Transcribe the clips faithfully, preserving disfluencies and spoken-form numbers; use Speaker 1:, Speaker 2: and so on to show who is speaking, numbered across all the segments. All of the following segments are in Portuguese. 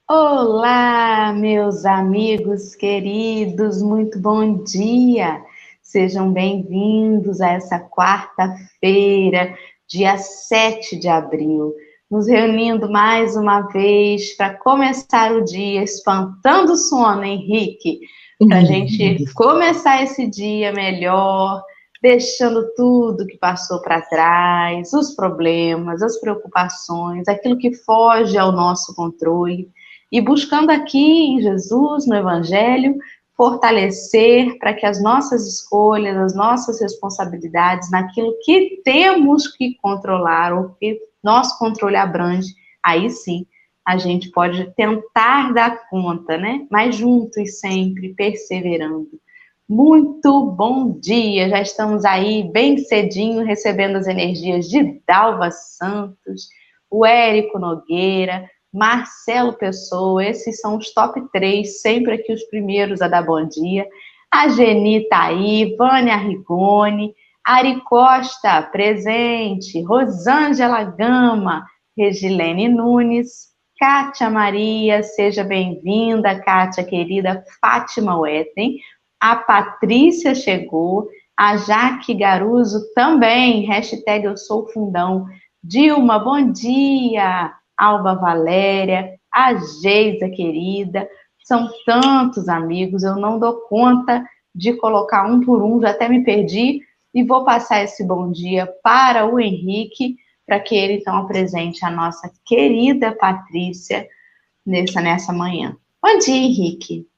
Speaker 1: Olá, meus amigos queridos, muito bom dia. Sejam bem-vindos a essa quarta-feira, dia sete de abril, nos reunindo mais uma vez para começar o dia, espantando o sono, Henrique, para a gente começar esse dia melhor, deixando tudo que passou para trás, os problemas, as preocupações, aquilo que foge ao nosso controle, e buscando aqui em Jesus, no Evangelho, fortalecer para que as nossas escolhas, as nossas responsabilidades, naquilo que temos que controlar, ou que nosso controle abrange, aí sim, a gente pode tentar dar conta, né? Mas juntos sempre, perseverando. Muito bom dia, já estamos aí bem cedinho, recebendo as energias de Dalva Santos, o Érico Nogueira, Marcelo Pessoa, esses são os top três, sempre aqui os primeiros a dar bom dia. A Geni tá aí, Vânia Rigoni, Ari Costa, presente, Rosângela Gama, Regilene Nunes, Kátia Maria, seja bem-vinda, Kátia querida, Fátima Wetten, a Patrícia chegou, a Jaque Garuso também, hashtag eu sou fundão, Dilma, bom dia, Alba Valéria, a Geisa querida, são tantos amigos, eu não dou conta de colocar um por um, já até me perdi, e vou passar esse bom dia para o Henrique, para que ele então apresente a nossa querida Patrícia nessa, nessa manhã. Bom dia, Henrique.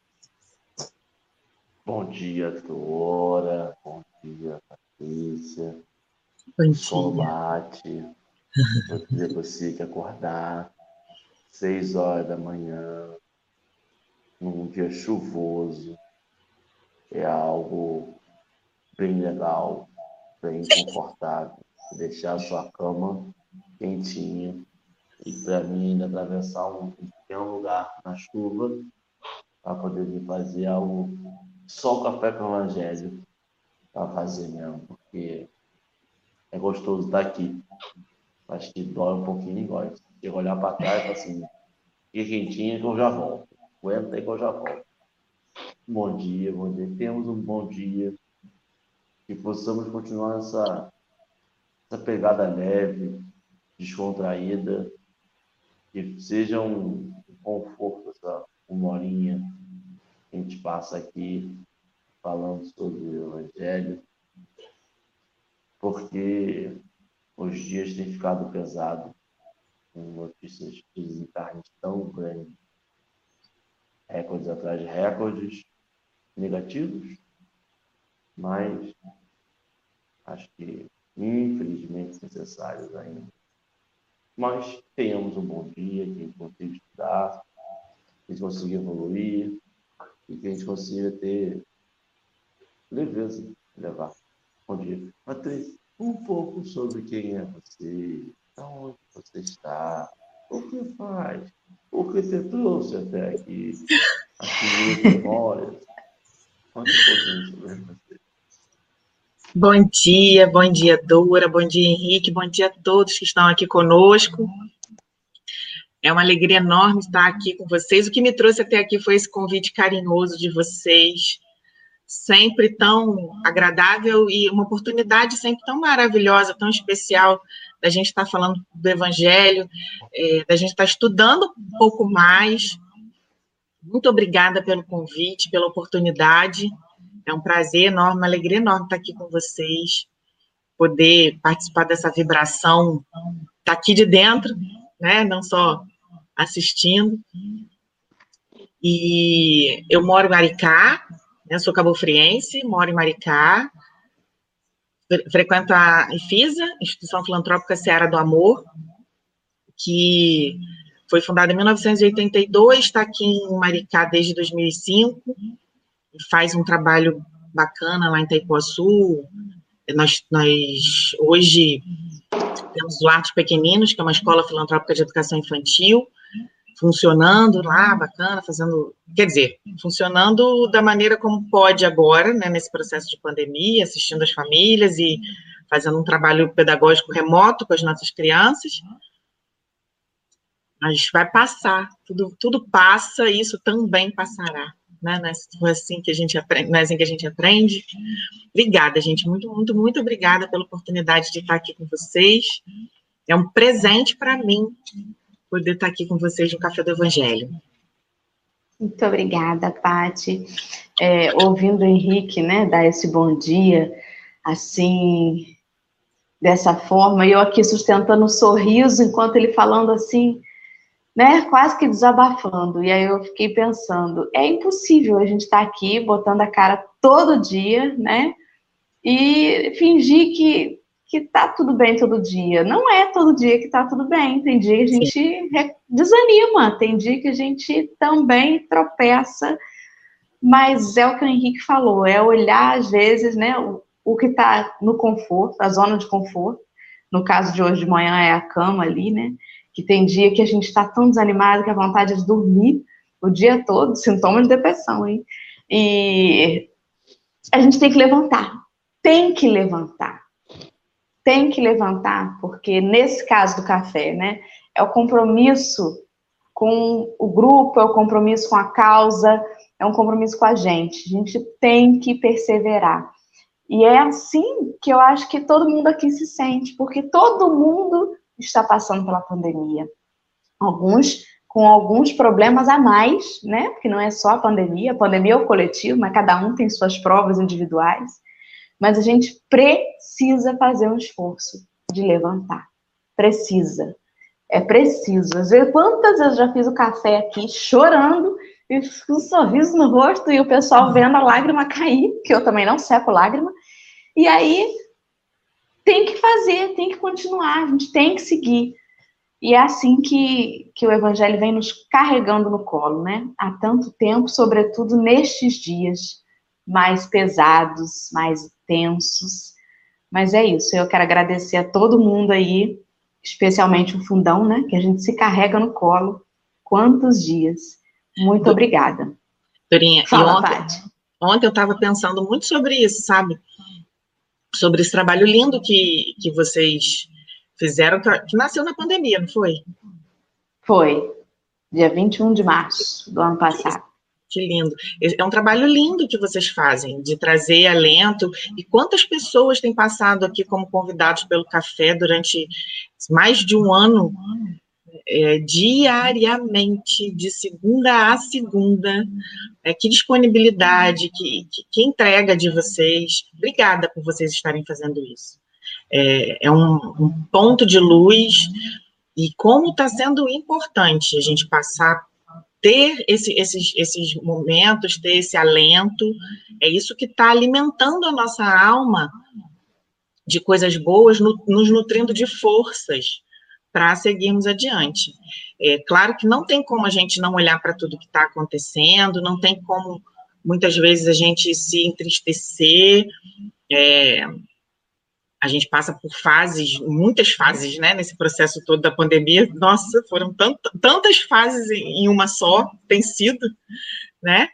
Speaker 2: Bom dia, Dora. Bom dia, Patrícia.
Speaker 3: Bom dia.
Speaker 2: O sol bate. Eu queria você que acordar seis horas da manhã, num dia chuvoso, é algo bem legal, bem confortável. Deixar a sua cama quentinha e, para mim, ainda atravessar um pequeno lugar na chuva para poder vir fazer algo, só o café com o evangelho para fazer mesmo, porque é gostoso estar aqui. Acho que dói um pouquinho e gosta. Chega olhar para trás e falar assim, que quentinha que eu já volto. Aguenta aí que eu já volto. Bom dia, bom dia. Temos um bom dia. Que possamos continuar essa, essa pegada leve, descontraída. Que seja um conforto essa uma horinha que a gente passa aqui falando sobre o Evangelho. Porque os dias têm ficado pesados, com notícias de desencarne tão grandes, recordes atrás de recordes negativos, mas acho que infelizmente necessários ainda. Mas tenhamos um bom dia, que a gente consiga estudar, que a gente consiga evoluir e que a gente consiga ter leveza de levar. Bom dia. Patrícia, um pouco sobre quem é você, onde você está, o que faz, o que te trouxe até aqui, aqui em memórias. Conta um pouquinho sobre você.
Speaker 3: Bom dia, bom dia, Dora, bom dia, Henrique, bom dia a todos que estão aqui conosco. É uma alegria enorme estar aqui com vocês. O que me trouxe até aqui foi esse convite carinhoso de vocês, sempre tão agradável e uma oportunidade sempre tão maravilhosa, tão especial, da gente estar falando do Evangelho, é, da gente estar estudando um pouco mais. Muito obrigada pelo convite, pela oportunidade. É um prazer enorme, uma alegria enorme estar aqui com vocês, poder participar dessa vibração, estar aqui de dentro, né? Não só assistindo. E eu moro em Maricá, né? Sou cabofriense, moro em Maricá, frequento a IFISA, Instituição Filantrópica Seara do Amor, que foi fundada em mil novecentos e oitenta e dois, está aqui em Maricá desde dois mil e cinco, e faz um trabalho bacana lá em Itaipuaçu. Nós, nós hoje temos o Arte Pequeninos, que é uma escola filantrópica de educação infantil, funcionando lá, bacana, fazendo, quer dizer, funcionando da maneira como pode agora, né, nesse processo de pandemia, assistindo as famílias e fazendo um trabalho pedagógico remoto com as nossas crianças. Mas vai passar, tudo, tudo passa, e isso também passará. Né? Não é assim que a gente aprende, não é assim que a gente aprende. Obrigada, gente. Muito, muito, muito obrigada pela oportunidade de estar aqui com vocês. É um presente para mim poder estar aqui com vocês no Café do Evangelho.
Speaker 1: Muito obrigada, Paty. É, ouvindo o Henrique, né, dar esse bom dia, assim, dessa forma, e eu aqui sustentando um sorriso, enquanto ele falando assim, né, quase que desabafando. E aí eu fiquei pensando, é impossível a gente estar aqui botando a cara todo dia, né, e fingir que que tá tudo bem todo dia. Não é todo dia que tá tudo bem. Tem dia que a gente Sim. desanima, tem dia que a gente também tropeça, mas é o que o Henrique falou, é olhar, às vezes, né, o, o que tá no conforto, a zona de conforto. No caso de hoje de manhã é a cama ali, né, que tem dia que a gente tá tão desanimado que a vontade é de dormir o dia todo, sintoma de depressão, hein? E a gente tem que levantar, tem que levantar. Tem que levantar, porque nesse caso do café, né, é o compromisso com o grupo, é o compromisso com a causa, é um compromisso com a gente. A gente tem que perseverar. E é assim que eu acho que todo mundo aqui se sente, porque todo mundo está passando pela pandemia. Alguns com alguns problemas a mais, né, porque não é só a pandemia, a pandemia é o coletivo, mas cada um tem suas provas individuais. Mas a gente precisa fazer um esforço de levantar. Precisa. É preciso. Às vezes, quantas vezes eu já fiz o café aqui chorando e com um sorriso no rosto e o pessoal vendo a lágrima cair, que eu também não seco lágrima. E aí, tem que fazer, tem que continuar, a gente tem que seguir. E é assim que, que o Evangelho vem nos carregando no colo, né? Há tanto tempo, sobretudo nestes dias mais pesados, mais tensos, mas é isso, eu quero agradecer a todo mundo aí, especialmente o Fundão, né, que a gente se carrega no colo, quantos dias, muito Do... obrigada.
Speaker 3: Dorinha, Fala, ontem, Paty. Ontem eu estava pensando muito sobre isso, sabe, sobre esse trabalho lindo que, que vocês fizeram, que, que nasceu na pandemia, não foi?
Speaker 1: Foi, dia vinte e um de março do ano passado.
Speaker 3: Que lindo. É um trabalho lindo que vocês fazem, de trazer alento. E quantas pessoas têm passado aqui como convidados pelo café durante mais de um ano, é, diariamente, de segunda a segunda. É, que disponibilidade, que, que, que entrega de vocês. Obrigada por vocês estarem fazendo isso. É, é um, um ponto de luz. E como está sendo importante a gente passar ter esse, esses, esses momentos, ter esse alento, é isso que está alimentando a nossa alma de coisas boas, no, nos nutrindo de forças para seguirmos adiante. É claro que não tem como a gente não olhar para tudo que está acontecendo, não tem como, muitas vezes, a gente se entristecer, é, a gente passa por fases, muitas fases, né, nesse processo todo da pandemia. Nossa, foram tant, tantas fases em uma só, tem sido, né,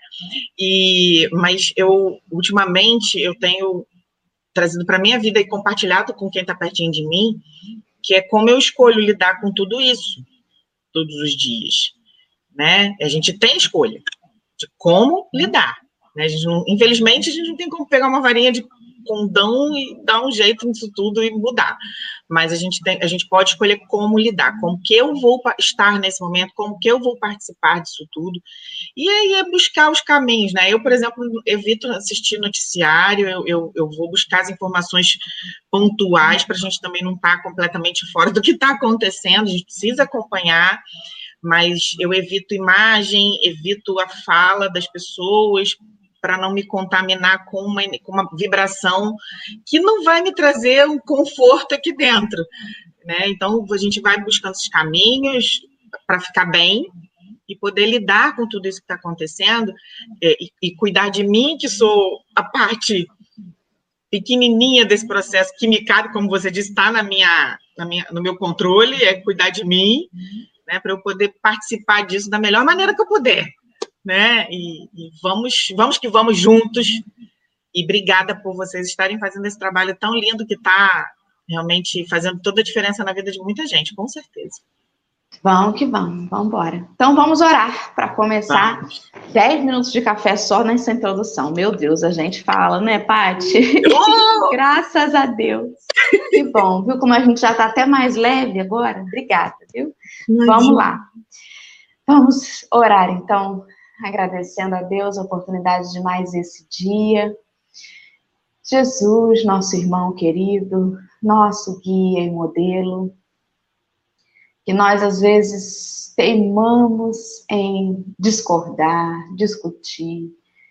Speaker 3: e, mas eu, ultimamente, eu tenho trazido para a minha vida e compartilhado com quem está pertinho de mim, que é como eu escolho lidar com tudo isso, todos os dias, né, a gente tem escolha de como lidar, né, a gente não, infelizmente, a gente não tem como pegar uma varinha de condão e dar um jeito nisso tudo e mudar. Mas a gente, tem, a gente pode escolher como lidar, como que eu vou estar nesse momento, como que eu vou participar disso tudo. E aí é buscar os caminhos, né? Eu, por exemplo, evito assistir noticiário, eu, eu, eu vou buscar as informações pontuais para a gente também não estar completamente fora do que está acontecendo, a gente precisa acompanhar, mas eu evito imagem, evito a fala das pessoas, para não me contaminar com uma, com uma vibração que não vai me trazer um conforto aqui dentro, né? Então, a gente vai buscando esses caminhos para ficar bem e poder lidar com tudo isso que está acontecendo e, e cuidar de mim, que sou a parte pequenininha desse processo, que me cabe, como você disse, está na minha, na minha, no meu controle, é cuidar de mim, né, para eu poder participar disso da melhor maneira que eu puder. Né? E, e vamos, vamos que vamos juntos. E obrigada por vocês estarem fazendo esse trabalho tão lindo que está realmente fazendo toda a diferença na vida de muita gente, com certeza.
Speaker 1: Vamos que vamos, vamos embora. Então vamos orar para começar. Vamos. Dez minutos de café só nessa introdução. Meu Deus, a gente fala, né, Paty? Oh! Graças a Deus. Que bom, viu? Como a gente já está até mais leve agora. Obrigada, viu? Imagina. Vamos lá. Vamos orar, então, agradecendo a Deus a oportunidade de mais esse dia. Jesus, nosso irmão querido, nosso guia e modelo, que nós, às vezes, teimamos em discordar, discutir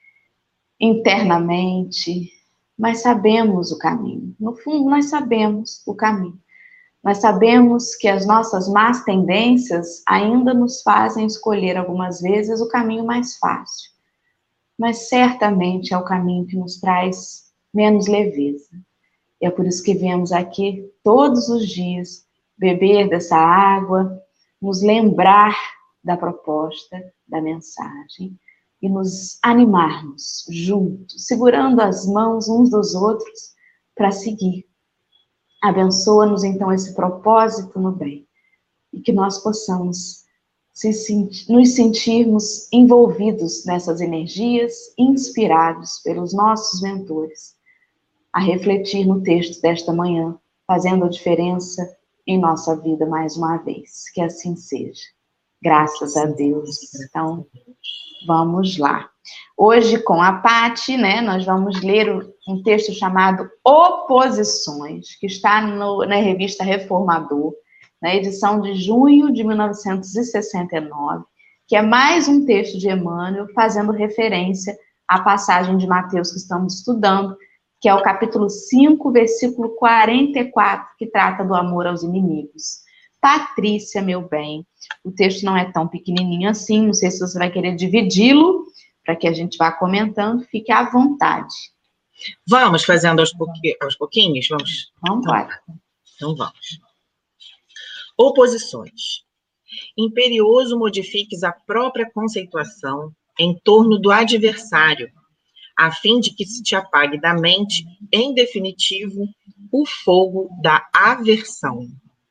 Speaker 1: internamente, mas sabemos o caminho. No fundo, nós sabemos o caminho. Nós sabemos que as nossas más tendências ainda nos fazem escolher, algumas vezes, o caminho mais fácil. Mas, certamente, é o caminho que nos traz menos leveza. E é por isso que viemos aqui todos os dias beber dessa água, nos lembrar da proposta, da mensagem e nos animarmos juntos, segurando as mãos uns dos outros para seguir. Abençoa-nos então esse propósito no bem e que nós possamos se senti- nos sentirmos envolvidos nessas energias, inspirados pelos nossos mentores, a refletir no texto desta manhã, fazendo a diferença em nossa vida mais uma vez. Que assim seja. Graças a Deus. Então, vamos lá. Hoje, com a Paty, né, nós vamos ler um texto chamado Oposições, que está no, na revista Reformador, na edição de junho de mil novecentos e sessenta e nove, que é mais um texto de Emmanuel, fazendo referência à passagem de Mateus que estamos estudando, que é o capítulo cinco, versículo quarenta e quatro, que trata do amor aos inimigos. Patrícia, meu bem, o texto não é tão pequenininho assim, não sei se você vai querer dividi-lo, para que a gente vá comentando, fique à vontade.
Speaker 3: Vamos fazendo aos, pouqui- aos pouquinhos? Vamos?
Speaker 1: Vamos embora.
Speaker 3: Então vamos. Oposições. Imperioso modifiques a própria conceituação em torno do adversário, a fim de que se te apague da mente, em definitivo, o fogo da aversão.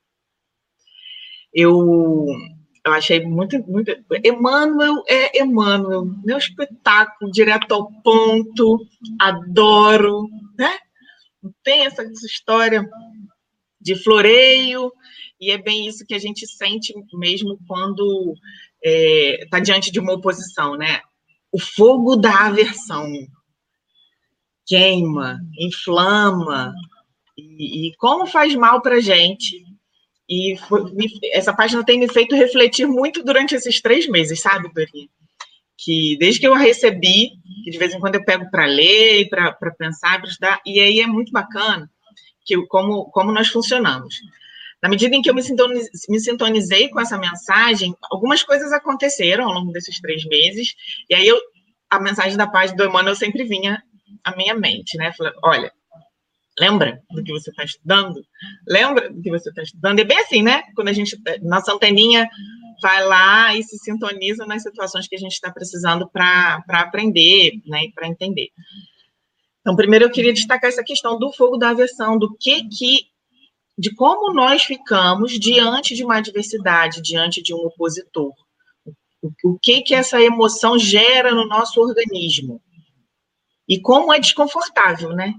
Speaker 3: Eu, eu achei muito, muito... Emmanuel é Emmanuel, meu espetáculo, direto ao ponto, adoro, né? Não tem essa história de floreio, e é bem isso que a gente sente mesmo quando está é, diante de uma oposição, né? O fogo da aversão queima, inflama, e, e como faz mal para a gente. E foi, me, essa página tem me feito refletir muito durante esses três meses, sabe, Dorinha? Que desde que eu a recebi, que de vez em quando eu pego para ler, para pensar, para estudar, e aí é muito bacana que, como, como nós funcionamos. Na medida em que eu me sintonizei, me sintonizei com essa mensagem, algumas coisas aconteceram ao longo desses três meses, e aí eu, a mensagem da página do Emmanuel sempre vinha à minha mente, né? Falando, olha, lembra do que você está estudando? Lembra do que você está estudando? É bem assim, né? Quando a gente, nossa anteninha vai lá e se sintoniza nas situações que a gente está precisando para aprender, né? E para entender. Então, primeiro eu queria destacar essa questão do fogo da aversão, do que que, de como nós ficamos diante de uma adversidade, diante de um opositor. O que que essa emoção gera no nosso organismo. E como é desconfortável, né?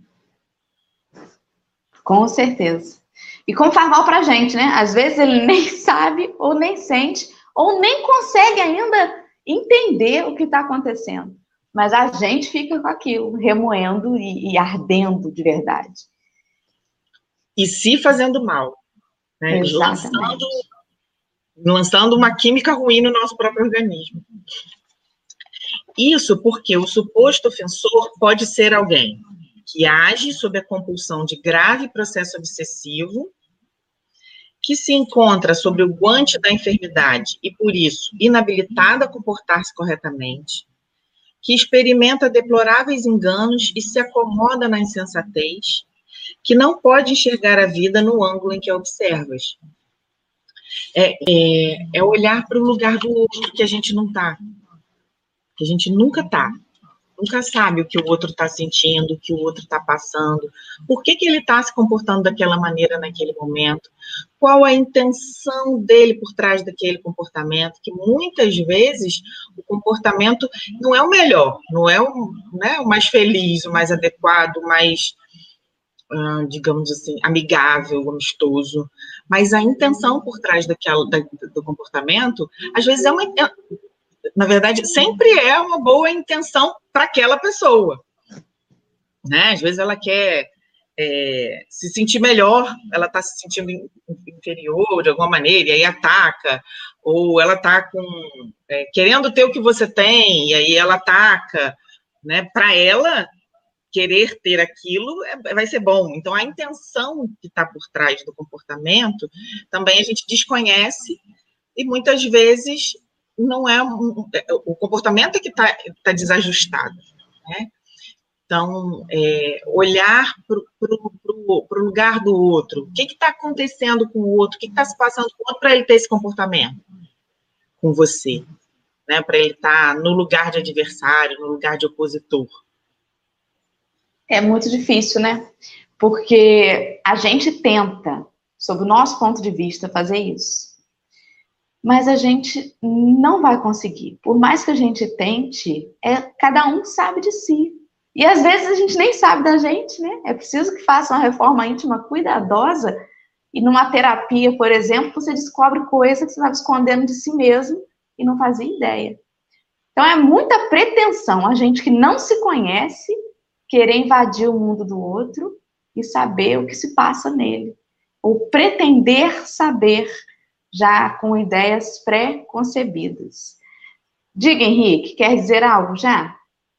Speaker 1: Com certeza. E como faz mal pra gente, né? Às vezes ele nem sabe, ou nem sente, ou nem consegue ainda entender o que está acontecendo. Mas a gente fica com aquilo, remoendo e, e ardendo de verdade.
Speaker 3: E se fazendo mal. Né? Lançando, lançando uma química ruim no nosso próprio organismo. Isso porque o suposto ofensor pode ser alguém que age sob a compulsão de grave processo obsessivo, que se encontra sob o guante da enfermidade e, por isso, inabilitado a comportar-se corretamente, que experimenta deploráveis enganos e se acomoda na insensatez, que não pode enxergar a vida no ângulo em que a observas. É, é, é olhar para o lugar do outro que a gente não está, que a gente nunca está. nunca sabe o que o outro está sentindo, o que o outro está passando, por que, que ele está se comportando daquela maneira naquele momento, qual a intenção dele por trás daquele comportamento, que muitas vezes o comportamento não é o melhor, não é o, né, o mais feliz, o mais adequado, o mais, hum, digamos assim, amigável, amistoso, mas a intenção por trás daquela, da, do comportamento, às vezes é uma... É, na verdade, sempre é uma boa intenção para aquela pessoa, né? Às vezes ela quer é, se sentir melhor, ela está se sentindo inferior de alguma maneira, e aí ataca, ou ela está com é, querendo ter o que você tem, e aí ela ataca, né? Para ela, querer ter aquilo é, vai ser bom. Então, a intenção que está por trás do comportamento, também a gente desconhece, e muitas vezes não é um, o comportamento é que está tá desajustado, né? Então, é, olhar para o lugar do outro, o que está acontecendo com o outro, o que está se passando com o outro para ele ter esse comportamento com você, né? Para ele estar tá no lugar de adversário, no lugar de opositor.
Speaker 1: É muito difícil, né? Porque a gente tenta, sob o nosso ponto de vista, fazer isso. Mas a gente não vai conseguir. Por mais que a gente tente, é, cada um sabe de si. E às vezes a gente nem sabe da gente, né? É preciso que faça uma reforma íntima cuidadosa. E numa terapia, por exemplo, você descobre coisas que você estava escondendo de si mesmo e não fazia ideia. Então é muita pretensão a gente que não se conhece querer invadir o mundo do outro e saber o que se passa nele. Ou pretender saber já com ideias pré-concebidas. Diga, Henrique, quer dizer algo já?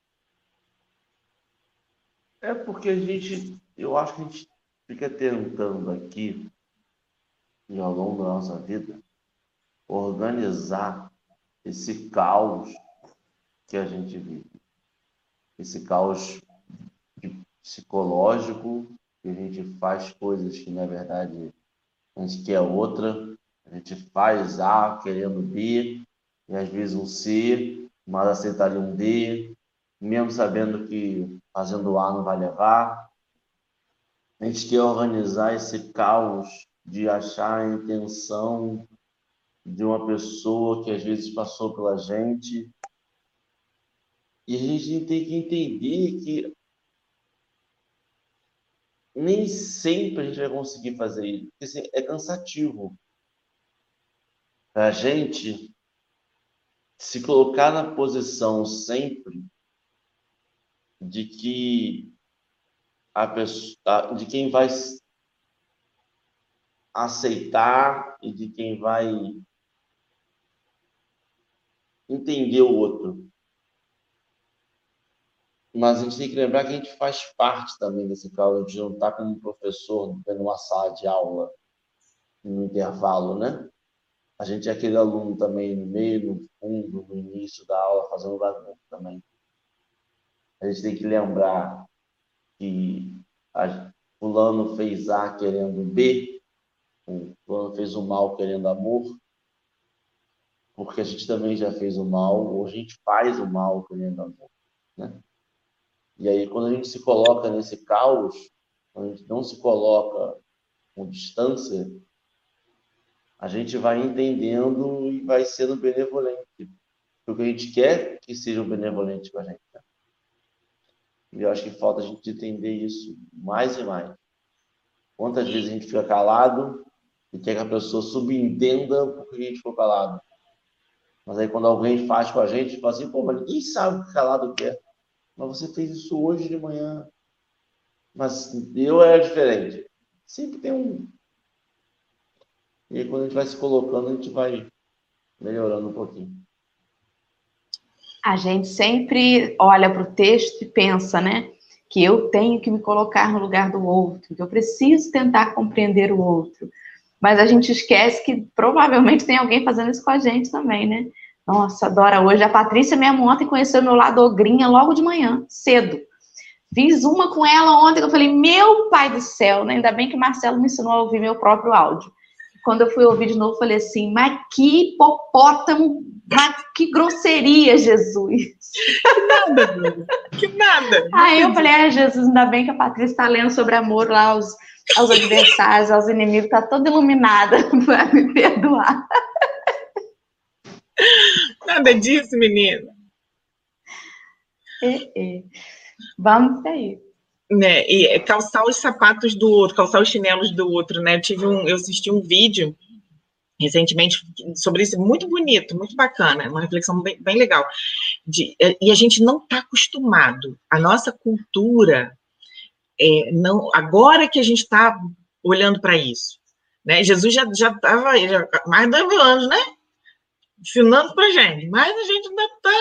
Speaker 2: É porque a gente, eu acho que a gente fica tentando aqui, e ao longo da nossa vida, organizar esse caos que a gente vive. Esse caos psicológico, que a gente faz coisas que, na verdade, a gente quer outra. A gente faz A querendo B, e às vezes um C, mas aceitaria um D, mesmo sabendo que fazendo A não vai levar. A gente quer organizar esse caos de achar a intenção de uma pessoa que às vezes passou pela gente. E a gente tem que entender que nem sempre a gente vai conseguir fazer isso, porque assim, é cansativo. Para a gente se colocar na posição sempre de que a pessoa, de quem vai aceitar e de quem vai entender o outro. Mas a gente tem que lembrar que a gente faz parte também desse caos. A gente não está como um professor dentro uma sala de aula no intervalo, né? A gente é aquele aluno também no meio, no fundo, no início da aula, fazendo bagunça também. A gente tem que lembrar que a fulano fez A querendo B, o fulano fez o mal querendo amor, porque a gente também já fez o mal, ou a gente faz o mal querendo amor, né? E aí, quando a gente se coloca nesse caos, quando a gente não se coloca com distância, a gente vai entendendo e vai sendo benevolente. Porque a gente quer que sejam benevolentes com a gente. Né? E eu acho que falta a gente entender isso mais e mais. Quantas vezes a gente fica calado e quer que a pessoa subentenda porque a gente ficou calado. Mas aí quando alguém faz com a gente, a gente fala assim, pô, mas ninguém sabe o que calado quer. Mas você fez isso hoje de manhã. Mas eu era diferente. Sempre tem um... E aí, quando a gente vai se colocando, a gente vai melhorando um pouquinho.
Speaker 1: A gente sempre olha para o texto e pensa, né? Que eu tenho que me colocar no lugar do outro, que eu preciso tentar compreender o outro. Mas a gente esquece que provavelmente tem alguém fazendo isso com a gente também, né? Nossa, Dora, hoje a Patrícia mesmo ontem conheceu meu lado ogrinha logo de manhã, cedo. Fiz uma com ela ontem, que eu falei, meu pai do céu, né? Ainda bem que o Marcelo me ensinou a ouvir meu próprio áudio. quando eu fui ouvir de novo, eu falei assim, mas que hipopótamo, mas que grosseria, Jesus.
Speaker 3: Que nada, que nada.
Speaker 1: Aí eu falei, ah, Jesus, ainda bem que a Patrícia está lendo sobre amor lá aos, aos adversários, aos inimigos, está toda iluminada para me perdoar.
Speaker 3: Nada disso, menina.
Speaker 1: É, é. Vamos aí.
Speaker 3: Né, e calçar os sapatos do outro, calçar os chinelos do outro, né? Eu tive um, eu assisti um vídeo recentemente sobre isso, muito bonito, muito bacana, uma reflexão bem, bem legal. De, e a gente não está acostumado. A nossa cultura, é, não, agora que a gente está olhando para isso, né? Jesus já já estava mais de dois mil anos, né? Ensinando para gente, mas a gente ainda está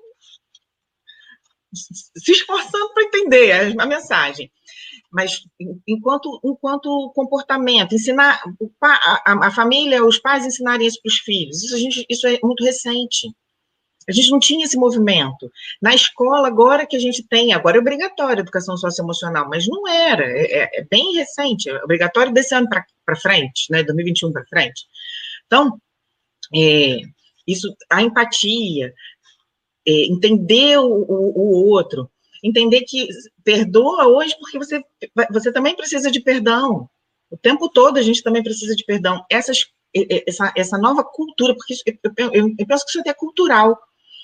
Speaker 3: se esforçando para entender a, a mensagem. Mas enquanto, enquanto comportamento, ensinar a, a família, os pais ensinarem isso para os filhos, isso, a gente, isso é muito recente. A gente não tinha esse movimento. Na escola, agora que a gente tem, agora é obrigatório a educação socioemocional, mas não era, é, é bem recente, é obrigatório desse ano para frente, né, dois mil e vinte e um para frente. Então, é, isso, a empatia, é, entender o, o, o outro, entender que perdoa hoje porque você, você também precisa de perdão. O tempo todo a gente também precisa de perdão. Essas, essa, essa nova cultura, porque isso, eu, eu, eu penso que isso até é cultural.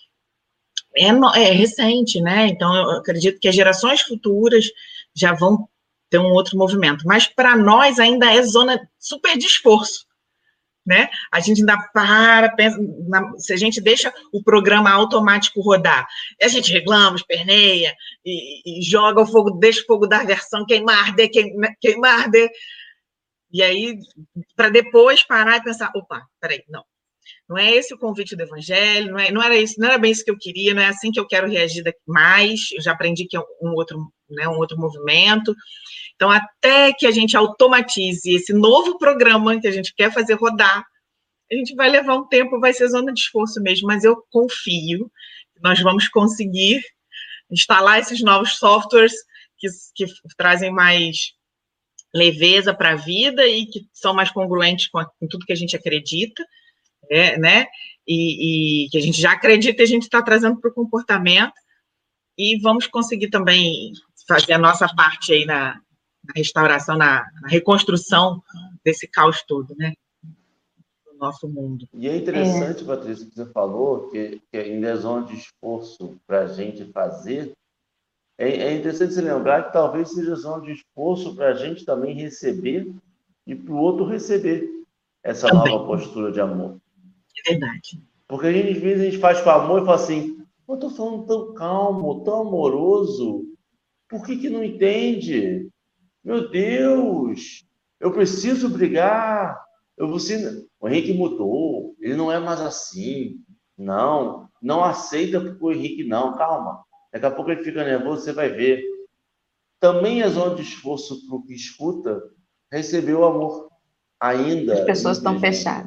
Speaker 3: É, é recente, né? Então, eu acredito que as gerações futuras já vão ter um outro movimento. Mas, para nós, ainda é zona super de esforço. Né? A gente ainda para, pensa, na, se a gente deixa o programa automático rodar, a gente reclama, esperneia, e, e joga o fogo, deixa o fogo da aversão queimar, de, queimar, queimar de, e aí, para depois parar e pensar, opa, peraí, não, não é esse o convite do evangelho, não, é, não, era isso, não era bem isso que eu queria, não é assim que eu quero reagir daqui mais, eu já aprendi que é um outro, né, um outro movimento. Então, até que a gente automatize esse novo programa que a gente quer fazer rodar, a gente vai levar um tempo, vai ser zona de esforço mesmo, mas eu confio que nós vamos conseguir instalar esses novos softwares que, que trazem mais leveza para a vida e que são mais congruentes com, a, com tudo que a gente acredita, é, né? E, e que a gente já acredita e a gente está trazendo para o comportamento, e vamos conseguir também fazer a nossa parte aí na na restauração, na, na reconstrução desse caos todo, né, do nosso mundo.
Speaker 2: E é interessante, é. Patrícia, que você falou, que, que ainda é zona de esforço para a gente fazer. É, é interessante você lembrar que talvez seja zona de esforço para a gente também receber e para o outro receber essa também. Nova postura de amor.
Speaker 3: É verdade.
Speaker 2: Porque a gente, às vezes a gente faz com amor e fala assim, eu estou falando tão calmo, tão amoroso, por que que não entende? Meu Deus, eu preciso brigar. Eu vou ser... O Henrique mudou, ele não é mais assim. Não, não aceita porque o Henrique não. Calma, daqui a pouco ele fica nervoso, você vai ver. Também é zona de esforço para o que escuta receber o amor. Ainda.
Speaker 1: As pessoas estão fechadas.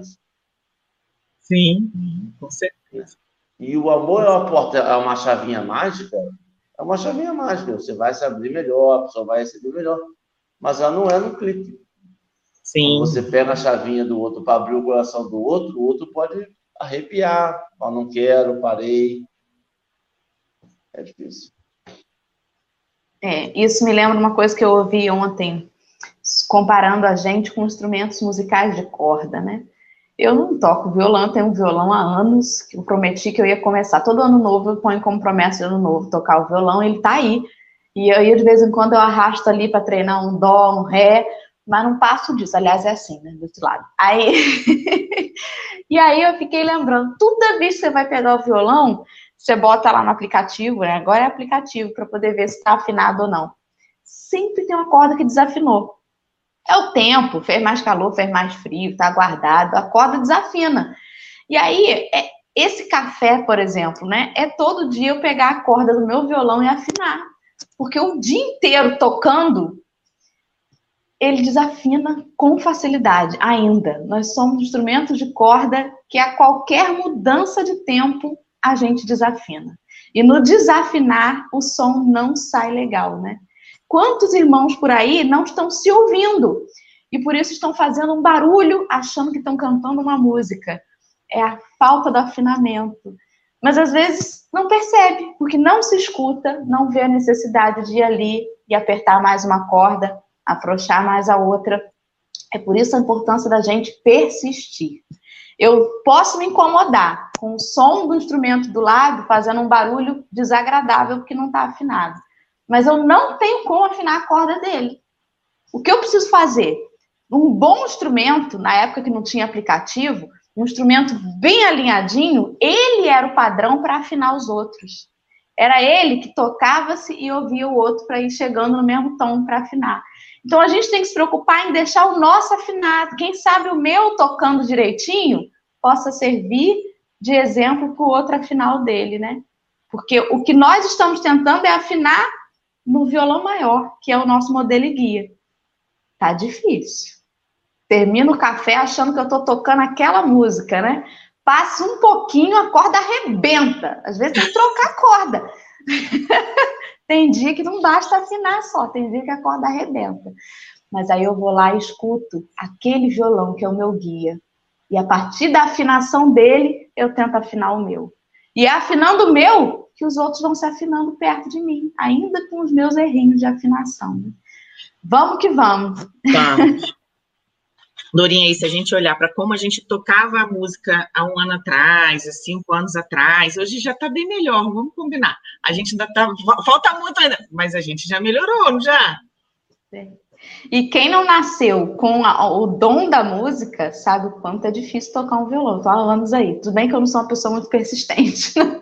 Speaker 3: Sim, com certeza.
Speaker 2: E o amor é uma porta, é uma chavinha mágica. É uma chavinha mágica, você vai se abrir melhor, a pessoa vai receber melhor. Mas ela não é no clique.
Speaker 3: Sim.
Speaker 2: Quando você pega a chavinha do outro para abrir o coração do outro, o outro pode arrepiar. Falar, não quero, parei. É difícil.
Speaker 1: É, isso me lembra uma coisa que eu ouvi ontem, comparando a gente com instrumentos musicais de corda, né? Eu não toco violão, tenho um violão há anos, que eu prometi que eu ia começar. Todo ano novo eu ponho como promessa de ano novo tocar o violão, ele tá aí. E aí, de vez em quando, eu arrasto ali para treinar um dó, um ré, mas não passo disso. Aliás, é assim, né, desse lado. Aí... e aí eu fiquei lembrando, toda vez que você vai pegar o violão, você bota lá no aplicativo, né? Agora é aplicativo, para poder ver se está afinado ou não. Sempre tem uma corda que desafinou. É o tempo, fez mais calor, fez mais frio, está guardado, a corda desafina. E aí, é, esse café, por exemplo, né, é todo dia eu pegar a corda do meu violão e afinar. Porque o dia inteiro tocando, ele desafina com facilidade, ainda. Nós somos instrumentos de corda que a qualquer mudança de tempo, a gente desafina. E no desafinar, o som não sai legal, né? Quantos irmãos por aí não estão se ouvindo? e por isso estão fazendo um barulho achando que estão cantando uma música. É a falta do afinamento. Mas às vezes não percebe, porque não se escuta, não vê a necessidade de ir ali e apertar mais uma corda, afrouxar mais a outra. É por isso a importância da gente persistir. Eu posso me incomodar com o som do instrumento do lado, fazendo um barulho desagradável porque não está afinado. Mas eu não tenho como afinar a corda dele. O que eu preciso fazer? Um bom instrumento, na época que não tinha aplicativo, um instrumento bem alinhadinho, ele era o padrão para afinar os outros. Era ele que tocava-se e ouvia o outro para ir chegando no mesmo tom para afinar. Então, a gente tem que se preocupar em deixar o nosso afinado. Quem sabe o meu tocando direitinho possa servir de exemplo para o outro afinar o dele, né? Porque o que nós estamos tentando é afinar no violão maior, que é o nosso modelo e guia. Tá difícil. Termino o café achando que eu tô tocando aquela música, né? Passa um pouquinho, a corda arrebenta. Às vezes tem que trocar a corda. Tem dia que não basta afinar só, tem dia que a corda arrebenta. Mas aí eu vou lá e escuto aquele violão que é o meu guia. E a partir da afinação dele, eu tento afinar o meu. E é afinando o meu que os outros vão se afinando perto de mim, ainda com os meus errinhos de afinação. Vamos que vamos.
Speaker 3: Vamos. Dorinha, aí, se a gente olhar para como a gente tocava a música há um ano atrás, há cinco anos atrás, hoje já está bem melhor, vamos combinar. A gente ainda tá, falta muito ainda, mas a gente já melhorou, não já?
Speaker 1: É. E quem não nasceu com a, o dom da música, sabe o quanto é difícil tocar um violão. Estou há anos aí. Tudo bem que eu não sou uma pessoa muito persistente, não.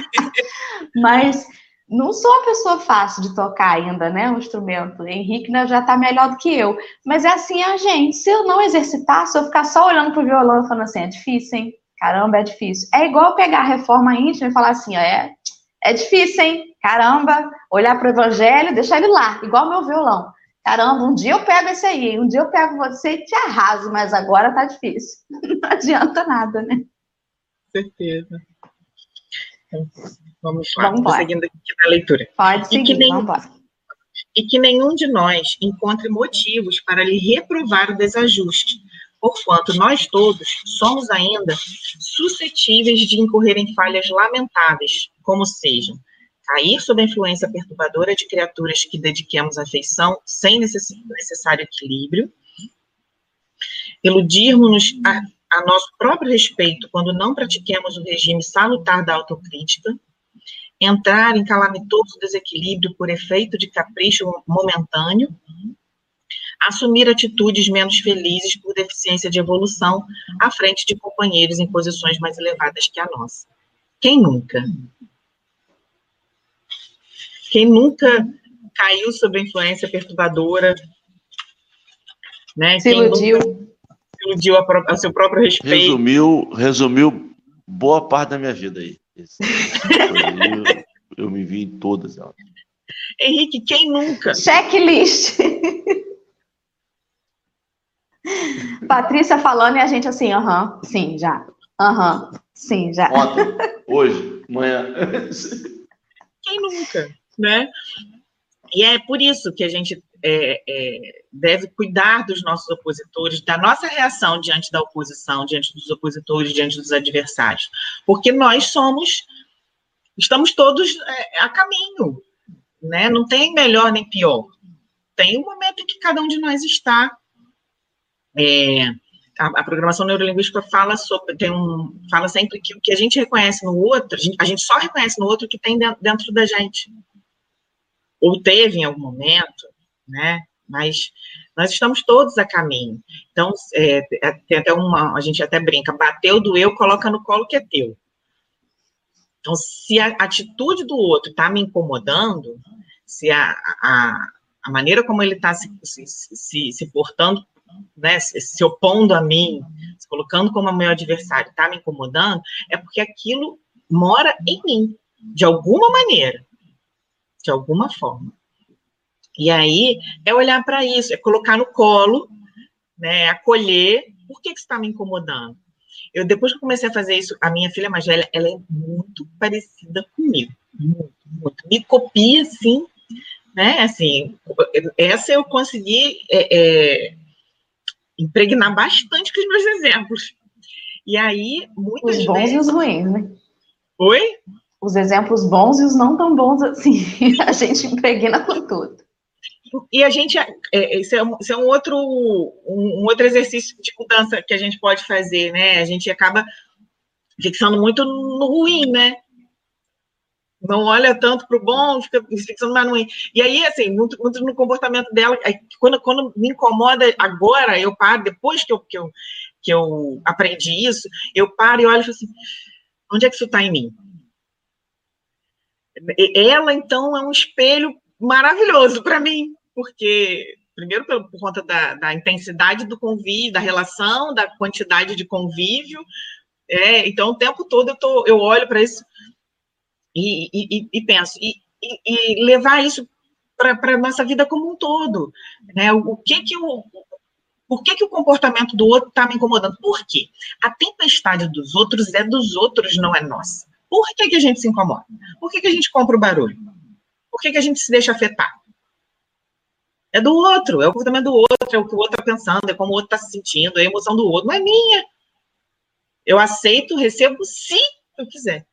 Speaker 1: Mas não sou uma pessoa fácil de tocar ainda, né? O instrumento. O Henrique já está melhor do que eu. Mas é assim a gente. Se eu não exercitar, se eu ficar só olhando pro violão e falando assim, é difícil, hein? Caramba, é difícil. É igual pegar a reforma íntima e falar assim, ó, é, é difícil, hein? Caramba, olhar pro evangelho, deixar ele lá, igual meu violão. Caramba, um dia eu pego esse aí, um dia eu pego você e te arraso, mas agora tá difícil. Não adianta nada, né?
Speaker 3: Certeza. Então, vamos lá, vamos seguindo aqui na leitura.
Speaker 1: Pode seguir,
Speaker 3: e que, nem,
Speaker 1: vamos embora.
Speaker 3: E que nenhum de nós encontre motivos para lhe reprovar o desajuste, porquanto nós todos somos ainda suscetíveis de incorrer em falhas lamentáveis, como sejam cair sob a influência perturbadora de criaturas que dediquemos afeição sem necess- necessário equilíbrio, iludirmos-nos a, a nosso próprio respeito quando não pratiquemos o regime salutar da autocrítica, entrar em calamitoso desequilíbrio por efeito de capricho momentâneo, assumir atitudes menos felizes por deficiência de evolução à frente de companheiros em posições mais elevadas que a nossa. Quem nunca? Quem nunca caiu sob a influência perturbadora, né?
Speaker 1: Se
Speaker 3: Quem
Speaker 1: iludiu.
Speaker 3: Se iludiu a, a seu próprio respeito.
Speaker 2: Resumiu, resumiu boa parte da minha vida aí. Eu, eu me vi em todas elas.
Speaker 3: Henrique, quem nunca?
Speaker 1: Checklist. Patrícia falando e a gente assim, aham, uh-huh, sim, já. Aham, uh-huh, sim, já.
Speaker 2: Ontem, hoje, amanhã.
Speaker 3: Quem nunca, né? E é por isso que a gente é, é, deve cuidar dos nossos opositores, da nossa reação diante da oposição, diante dos opositores, diante dos adversários. Porque nós somos, estamos todos é, a caminho, né? Não tem melhor nem pior. Tem um momento em que cada um de nós está. É, a, a programação neurolinguística fala, sobre, tem um, fala sempre que o que a gente reconhece no outro, a gente, a gente só reconhece no outro o que tem dentro, dentro da gente. Ou teve em algum momento, né? Mas nós estamos todos a caminho. Então, é, tem até uma, a gente até brinca, bateu, doeu, coloca no colo que é teu. Então, se a atitude do outro está me incomodando, se a, a, a maneira como ele está se, se, se, se portando, né, se, se opondo a mim, se colocando como meu adversário, está me incomodando, é porque aquilo mora em mim, de alguma maneira. De alguma forma. E aí, é olhar para isso, é colocar no colo, né, acolher, por que que isso está me incomodando? Eu, depois que eu comecei a fazer isso, a minha filha mais velha, ela é muito parecida comigo, muito, muito, me copia, assim, né, assim, essa eu consegui é, é, impregnar bastante com os meus exemplos. E aí, muitas
Speaker 1: Os bons
Speaker 3: vezes...
Speaker 1: e os ruins, né?
Speaker 3: Oi?
Speaker 1: Os exemplos bons e os não tão bons assim. A gente impregna com tudo.
Speaker 3: E a gente... É, esse, é um, esse é um outro, um, um outro exercício de mudança que a gente pode fazer, né? A gente acaba fixando muito no ruim, né? Não olha tanto para o bom, fica fixando mais no ruim. E aí, assim, muito, muito no comportamento dela, quando, quando me incomoda agora, eu paro, depois que eu, que, eu, que eu aprendi isso, eu paro e olho e falo assim, onde é que isso está em mim? Ela, então, é um espelho maravilhoso para mim, porque, primeiro, por, por conta da, da intensidade do convívio, da relação, da quantidade de convívio, é, então, o tempo todo eu, tô, eu olho para isso e, e, e penso, e, e, e levar isso para a nossa vida como um todo, né? O, o que que o, por que que o comportamento do outro está me incomodando? Por quê? A tempestade dos outros é dos outros, não é nossa. Por que que a gente se incomoda? Por que que a gente compra o barulho? Por que que a gente se deixa afetar? É do outro, é o comportamento do outro, é o que o outro está pensando, é como o outro está se sentindo, é a emoção do outro, não é minha. Eu aceito, recebo, se eu quiser.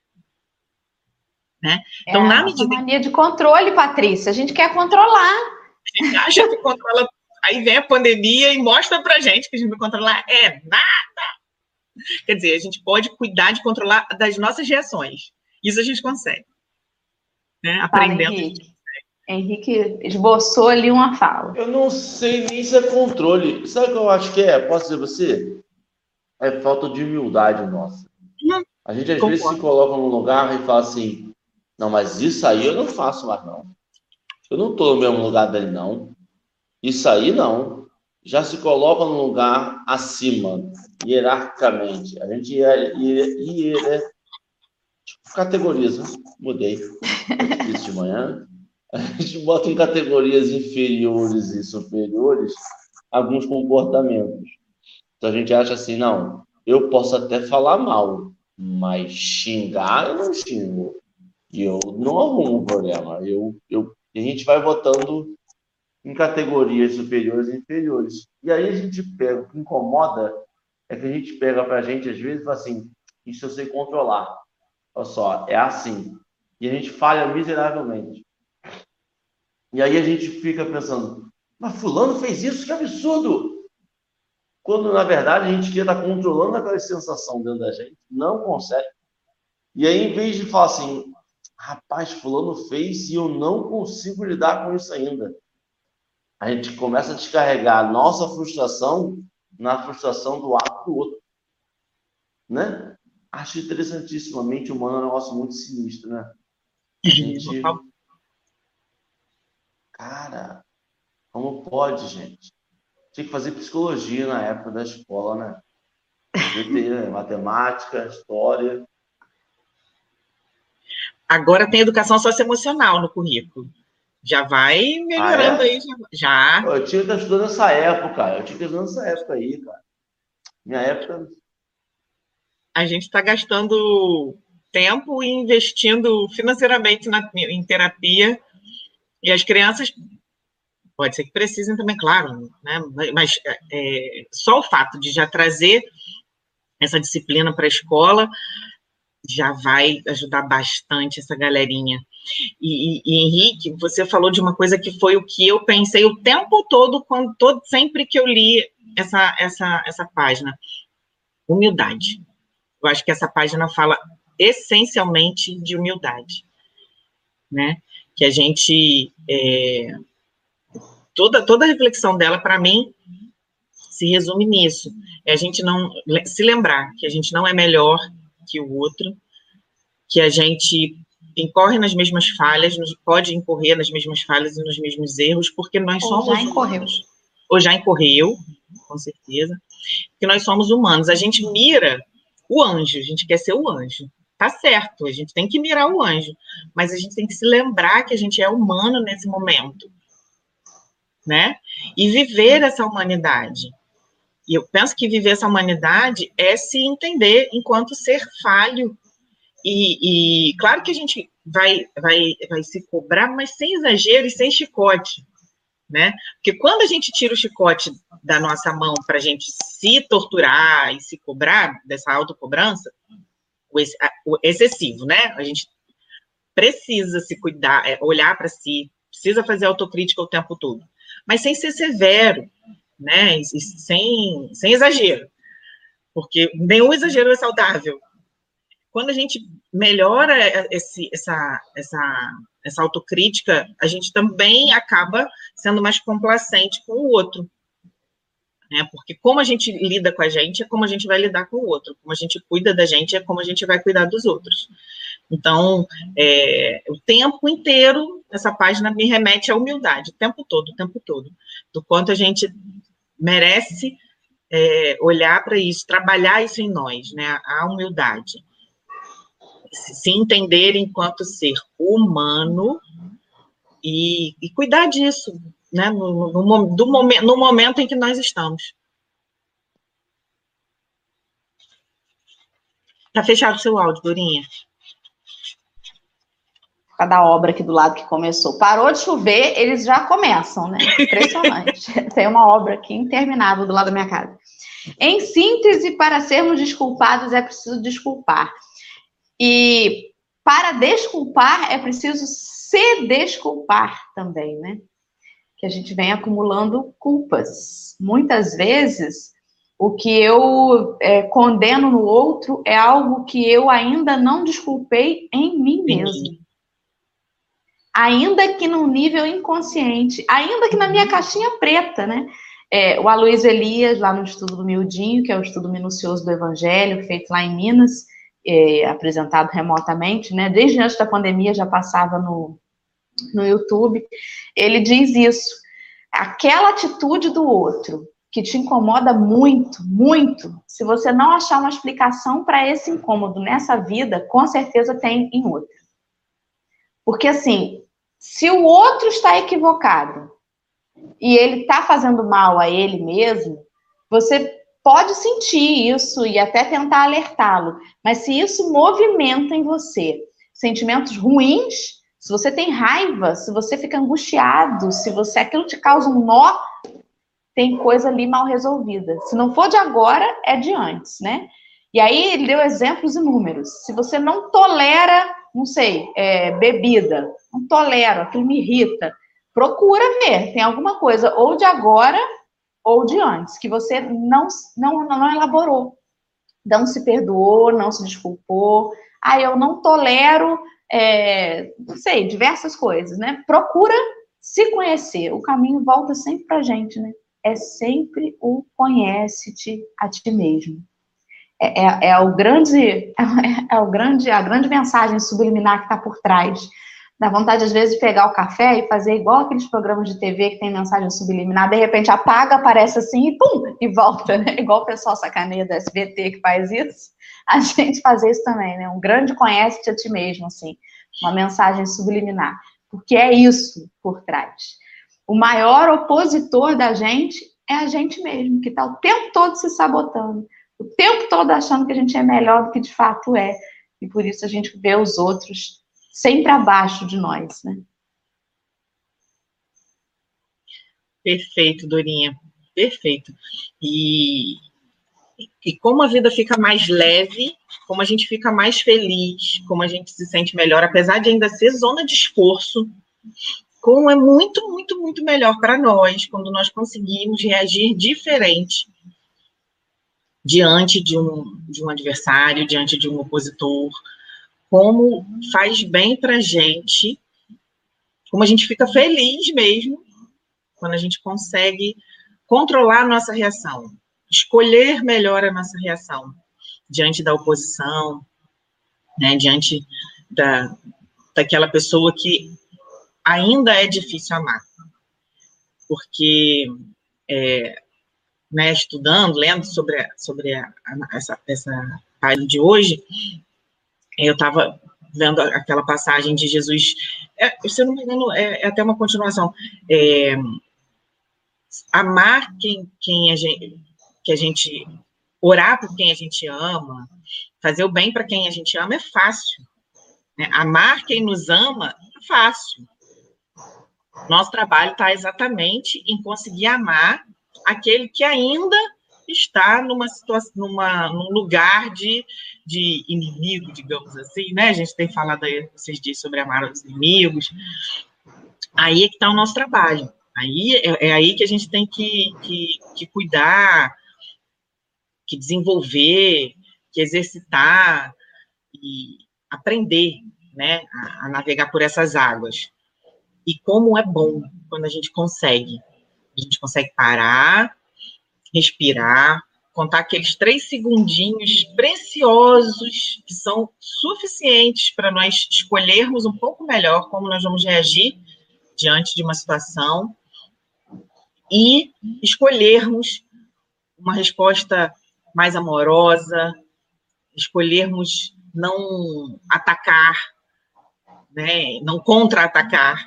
Speaker 3: Né? Então,
Speaker 1: é
Speaker 3: na
Speaker 1: a nossa
Speaker 3: medida...
Speaker 1: mania de controle, Patrícia. A gente quer controlar.
Speaker 3: A gente acha que controla. Aí vem a pandemia e mostra pra gente que a gente vai controlar é nada. Quer dizer, a gente pode cuidar de controlar das nossas reações. Isso a gente consegue. Né? Aprendendo.
Speaker 1: Fala, Henrique. Henrique esboçou ali uma fala.
Speaker 2: Eu não sei nem se é controle. Sabe o que eu acho que é? Posso dizer você? É falta de humildade nossa.
Speaker 3: Hum,
Speaker 2: a gente às
Speaker 3: concordo.
Speaker 2: vezes se coloca num lugar e fala assim, não, mas isso aí eu não faço mais não. Eu não estou no mesmo lugar dele não. Isso aí não. Já se coloca num lugar acima, hierarquicamente. A gente hier, hier, hier, categoriza. Mudei. É difícil de manhã. A gente bota em categorias inferiores e superiores alguns comportamentos. Então a gente acha assim, não, eu posso até falar mal, mas xingar eu não xingo. E eu não arrumo problema. Eu, eu, a gente vai botando em categorias superiores e inferiores. E aí a gente pega, o que incomoda é que a gente pega pra gente, às vezes, e fala assim, isso eu sei controlar. Olha só, é assim. E a gente falha miseravelmente. E aí a gente fica pensando, mas fulano fez isso, que absurdo! Quando, na verdade, a gente queria estar controlando aquela sensação dentro da gente, não consegue. E aí, em vez de falar assim, rapaz, fulano fez e eu não consigo lidar com isso ainda, a gente começa a descarregar a nossa frustração na frustração do ato do outro. Né? Acho interessantíssimo. A mente humana é um negócio muito sinistro, né? A gente... Cara, como pode, gente? Tinha que fazer psicologia na época da escola, né? Ter matemática, história.
Speaker 3: Agora tem educação socioemocional no currículo. Já vai melhorando
Speaker 2: ah, é?
Speaker 3: aí. Já.
Speaker 2: Eu tinha que estar estudando nessa época. Eu tinha que estar estudando nessa época aí, cara. Minha época...
Speaker 3: A gente está gastando tempo e investindo financeiramente na, em terapia. E as crianças, pode ser que precisem também, claro, né? Mas é, só o fato de já trazer essa disciplina para a escola já vai ajudar bastante essa galerinha. E, e, e, Henrique, você falou de uma coisa que foi o que eu pensei o tempo todo, quando, todo sempre que eu li essa, essa, essa página. Humildade. Eu acho que essa página fala essencialmente de humildade, né? Que a gente... É, toda, toda a reflexão dela, para mim, se resume nisso. É a gente não... Se lembrar que a gente não é melhor que o outro, que a gente incorre nas mesmas falhas, pode incorrer nas mesmas falhas e nos mesmos erros, porque nós
Speaker 1: Ou
Speaker 3: somos
Speaker 1: já incorreu.
Speaker 3: humanos. Ou já incorreu, com certeza. Porque nós somos humanos. A gente mira o anjo, a gente quer ser o anjo. Tá certo, a gente tem que mirar o anjo, mas a gente tem que se lembrar que a gente é humano nesse momento, né? E viver essa humanidade. E eu penso que viver essa humanidade é se entender enquanto ser falho. E, e claro que a gente vai, vai, vai se cobrar, mas sem exagero e sem chicote, né? Porque quando a gente tira o chicote da nossa mão para a gente se torturar e se cobrar dessa autocobrança, o, ex, o excessivo, né? A gente precisa se cuidar, é, olhar para si, precisa fazer autocrítica o tempo todo, mas sem ser severo, né? E, e sem, sem exagero, porque nenhum exagero é saudável. Quando a gente melhora esse, essa, essa, essa autocrítica, a gente também acaba sendo mais complacente com o outro. Né? Porque como a gente lida com a gente, é como a gente vai lidar com o outro. Como a gente cuida da gente, é como a gente vai cuidar dos outros. Então, é, o tempo inteiro, essa página me remete à humildade, o tempo todo, o tempo todo. Do quanto a gente merece é, olhar para isso, trabalhar isso em nós, né? A humildade. Se entender enquanto ser humano e, e cuidar disso, né, no, no, do momento, no momento em que nós estamos. Tá fechado o seu áudio, Dorinha?
Speaker 1: Da obra aqui do lado que começou. Parou de chover, eles já começam, né? Impressionante. Tem uma obra aqui interminável do lado da minha casa. Em síntese, para sermos desculpados, é preciso desculpar. E para desculpar, é preciso se desculpar também, né? Que a gente vem acumulando culpas. Muitas vezes, o que eu é, condeno no outro é algo que eu ainda não desculpei em mim mesmo. Ainda que num nível inconsciente, ainda que na minha caixinha preta, né? É, o Aloysio Elias, lá no Estudo do Miudinho, que é o estudo minucioso do Evangelho, feito lá em Minas, é, apresentado remotamente, né? Desde antes da pandemia já passava no, no YouTube, ele diz isso. Aquela atitude do outro que te incomoda muito, muito, se você não achar uma explicação para esse incômodo nessa vida, com certeza tem em outra. Porque, assim, se o outro está equivocado e ele está fazendo mal a ele mesmo, você pode sentir isso e até tentar alertá-lo. Mas se isso movimenta em você sentimentos ruins, se você tem raiva, se você fica angustiado, se você aquilo te causa um nó, tem coisa ali mal resolvida. Se não for de agora, é de antes, né? E aí ele deu exemplos inúmeros. Se você não tolera, não sei, é, bebida, não tolero, aquilo me irrita, procura ver, tem alguma coisa ou de agora ou de antes, que você não, não, não elaborou, não se perdoou, não se desculpou. Ah, eu não tolero, é, não sei, diversas coisas, né? Procura se conhecer. O caminho volta sempre pra gente, né? É sempre o conhece-te a ti mesmo. É, é, é, o grande, é, é o grande, a grande mensagem subliminar que está por trás. Dá vontade, às vezes, de pegar o café e fazer igual aqueles programas de T V que tem mensagem subliminar, de repente apaga, aparece assim e pum, e volta, né? Igual o pessoal sacaneia do S B T que faz isso. A gente fazer isso também, né? Um grande conhece-te a ti mesmo, assim. Uma mensagem subliminar. Porque é isso por trás. O maior opositor da gente é a gente mesmo, que está o tempo todo se sabotando. O tempo todo achando que a gente é melhor do que de fato é. E por isso a gente vê os outros sempre abaixo de nós, né?
Speaker 3: Perfeito, Dorinha. Perfeito. E, e como a vida fica mais leve, como a gente fica mais feliz, como a gente se sente melhor, apesar de ainda ser zona de esforço, como é muito, muito, muito melhor para nós quando nós conseguimos reagir diferente diante de um, de um adversário, diante de um opositor, como faz bem para a gente, como a gente fica feliz mesmo quando a gente consegue controlar a nossa reação, escolher melhor a nossa reação diante da oposição, né, diante da, daquela pessoa que ainda é difícil amar. Porque... É, né, estudando, lendo sobre, a, sobre a, a, essa, essa página de hoje, eu estava vendo aquela passagem de Jesus, é, se eu não me engano, é, é até uma continuação, é, amar quem, quem a gente, que a gente, orar por quem a gente ama, fazer o bem para quem a gente ama é fácil, né? Amar quem nos ama é fácil. Nosso trabalho está exatamente em conseguir amar aquele que ainda está numa situação, numa, num lugar de, de inimigo, digamos assim, né? A gente tem falado aí esses dias sobre amar os inimigos. Aí é que está o nosso trabalho. Aí é, é aí que a gente tem que, que, que cuidar, que desenvolver, que exercitar e aprender, né, a, a navegar por essas águas. E como é bom quando a gente consegue. A gente consegue parar, respirar, contar aqueles três segundinhos preciosos que são suficientes para nós escolhermos um pouco melhor como nós vamos reagir diante de uma situação e escolhermos uma resposta mais amorosa, escolhermos não atacar, né, não contra-atacar.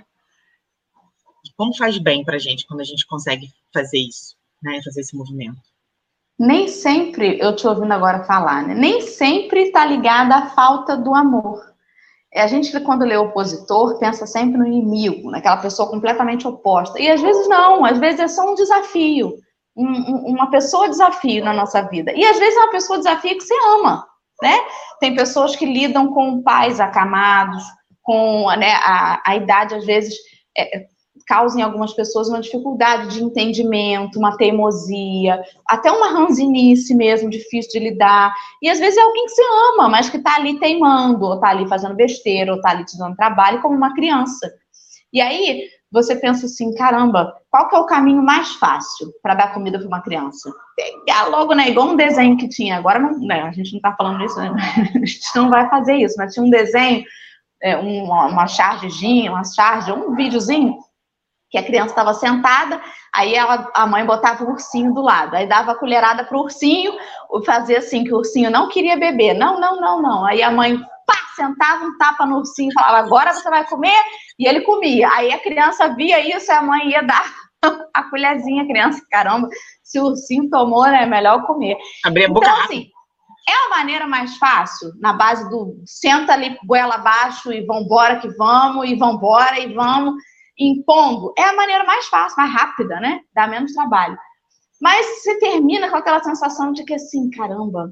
Speaker 3: E como faz bem para a gente quando a gente consegue fazer isso, né, fazer esse movimento.
Speaker 1: Nem sempre, eu te ouvindo agora falar, né, nem sempre está ligada à falta do amor. A gente, quando lê opositor, pensa sempre no inimigo, naquela pessoa completamente oposta. E às vezes não, às vezes é só um desafio. Um, um, uma pessoa desafio na nossa vida. E às vezes é uma pessoa desafio que você ama, né? Tem pessoas que lidam com pais acamados, com, né, a, a idade, às vezes, é, causa em algumas pessoas uma dificuldade de entendimento, uma teimosia, até uma ranzinice mesmo, difícil de lidar. E às vezes é alguém que você ama, mas que está ali teimando, ou está ali fazendo besteira, ou está ali te dando trabalho, como uma criança. E aí você pensa assim, caramba, qual que é o caminho mais fácil para dar comida para uma criança? Pegar logo, né, igual um desenho que tinha, agora não, né, a gente não está falando isso, né? A gente não vai fazer isso, mas tinha um desenho, é, uma, uma chargezinha, uma charge, um videozinho, que a criança estava sentada, aí ela, a mãe botava o ursinho do lado, aí dava a colherada pro ursinho, fazia assim, que o ursinho não queria beber, não, não, não, não, aí a mãe, pá, sentava um tapa no ursinho, falava, agora você vai comer, e ele comia, aí a criança via isso, e a mãe ia dar a colherzinha, a criança, caramba, se o ursinho tomou, né, é melhor comer.
Speaker 3: Abrir a boca
Speaker 1: então,
Speaker 3: rápido.
Speaker 1: Assim, é a maneira mais fácil, na base do senta ali, goela abaixo, e vambora que vamos, e vambora, e vamos, impondo, é a maneira mais fácil, mais rápida, né? Dá menos trabalho. Mas você termina com aquela sensação de que assim, caramba,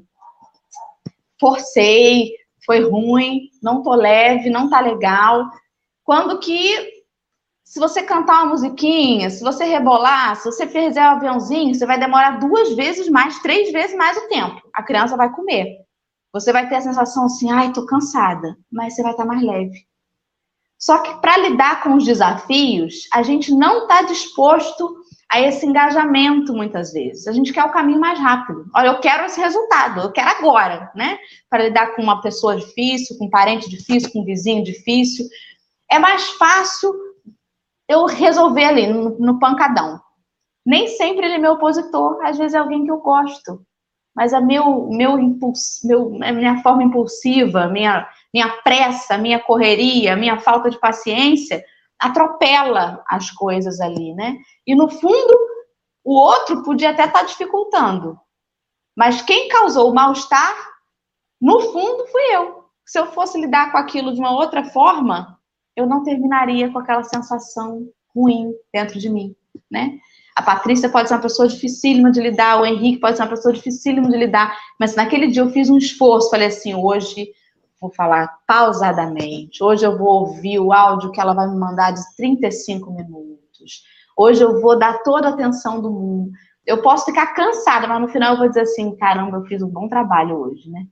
Speaker 1: forcei, foi ruim, não tô leve, não tá legal. Quando que, se você cantar uma musiquinha, se você rebolar, se você fizer um aviãozinho, você vai demorar duas vezes mais, três vezes mais o tempo. A criança vai comer. Você vai ter a sensação assim, ai, tô cansada, mas você vai estar mais leve. Só que para lidar com os desafios, a gente não está disposto a esse engajamento muitas vezes. A gente quer o caminho mais rápido. Olha, eu quero esse resultado, eu quero agora, né? Para lidar com uma pessoa difícil, com um parente difícil, com um vizinho difícil. É mais fácil eu resolver ali, no, no pancadão. Nem sempre ele é meu opositor, às vezes é alguém que eu gosto. Mas a meu, meu impulso, meu, a minha forma impulsiva, minha... minha pressa, minha correria, minha falta de paciência, atropela as coisas ali, né? E, no fundo, o outro podia até estar dificultando. Mas quem causou o mal-estar, no fundo, fui eu. Se eu fosse lidar com aquilo de uma outra forma, eu não terminaria com aquela sensação ruim dentro de mim, né? A Patrícia pode ser uma pessoa dificílima de lidar, o Henrique pode ser uma pessoa dificílima de lidar, mas naquele dia eu fiz um esforço, falei assim, hoje... vou falar pausadamente. Hoje eu vou ouvir o áudio que ela vai me mandar de trinta e cinco minutos. Hoje eu vou dar toda a atenção do mundo. Eu posso ficar cansada, mas no final eu vou dizer assim, caramba, eu fiz um bom trabalho hoje, né?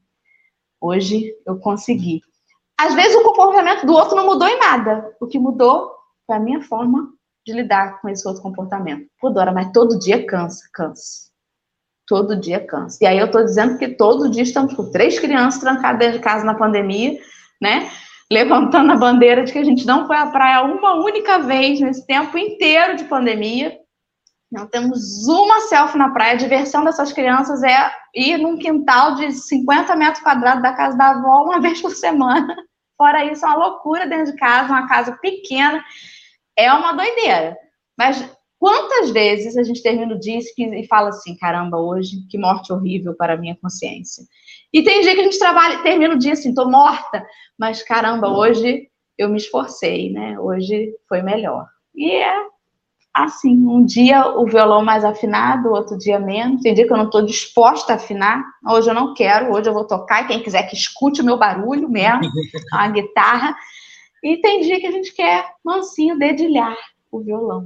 Speaker 1: Hoje eu consegui. Às vezes o comportamento do outro não mudou em nada. O que mudou foi a minha forma de lidar com esse outro comportamento. Pô, Dora, mas todo dia cansa, cansa. Todo dia cansa. E aí eu tô dizendo que todo dia estamos com três crianças trancadas dentro de casa na pandemia, né? Levantando a bandeira de que a gente não foi à praia uma única vez nesse tempo inteiro de pandemia. Não temos uma selfie na praia. A diversão dessas crianças é ir num quintal de cinquenta metros quadrados da casa da avó uma vez por semana. Fora isso, é uma loucura dentro de casa, uma casa pequena. É uma doideira. Mas... quantas vezes a gente termina o dia e fala assim, caramba, hoje, que morte horrível para a minha consciência. E tem dia que a gente trabalha, termina o dia assim, tô morta, mas caramba, hoje eu me esforcei, né? Hoje foi melhor. E é assim, um dia o violão mais afinado, outro dia menos. Tem dia que eu não estou disposta a afinar. Hoje eu não quero, hoje eu vou tocar. E quem quiser que escute o meu barulho mesmo, a guitarra. E tem dia que a gente quer mansinho dedilhar o violão.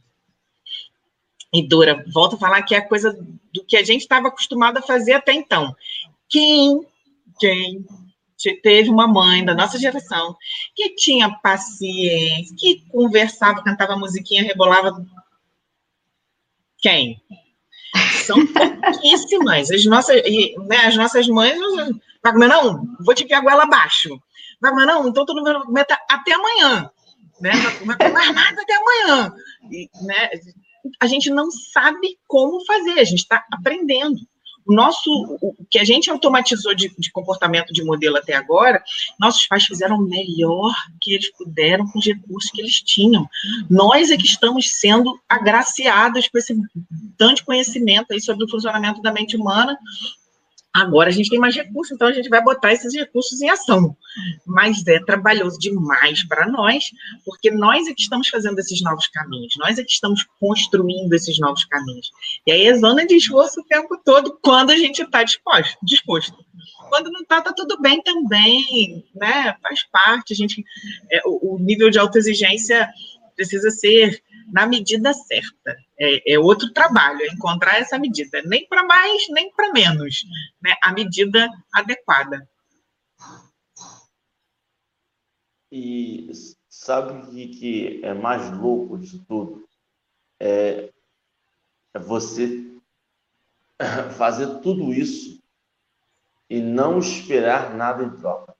Speaker 3: E Dora, volto a falar que é a coisa do que a gente estava acostumado a fazer até então. Quem, quem teve uma mãe da nossa geração que tinha paciência, que conversava, cantava musiquinha, rebolava. Quem? São pouquíssimas. As nossas, né, as nossas mães, vai comer não? Vou te enfiar a goela abaixo. Vai comer não? Então todo mundo vai comer até amanhã. Né? Vai comer mais nada até amanhã. E, né, a gente não sabe como fazer, a gente está aprendendo. O nosso, o que a gente automatizou de, de comportamento de modelo até agora, nossos pais fizeram o melhor que eles puderam com os recursos que eles tinham. Nós é que estamos sendo agraciados com esse tanto conhecimento aí sobre o funcionamento da mente humana. Agora a gente tem mais recursos, então a gente vai botar esses recursos em ação. Mas é trabalhoso demais para nós, porque nós é que estamos fazendo esses novos caminhos, nós é que estamos construindo esses novos caminhos. E aí é zona de esforço o tempo todo, quando a gente está disposto, disposto. Quando não está, está tudo bem também, né? Faz parte. A gente, é, o, o nível de autoexigência precisa ser na medida certa. É, é outro trabalho, é encontrar essa medida. Nem para mais, nem para menos. Né? A medida adequada.
Speaker 2: E sabe o que, que é mais louco disso tudo? É, é você fazer tudo isso e não esperar nada em troca.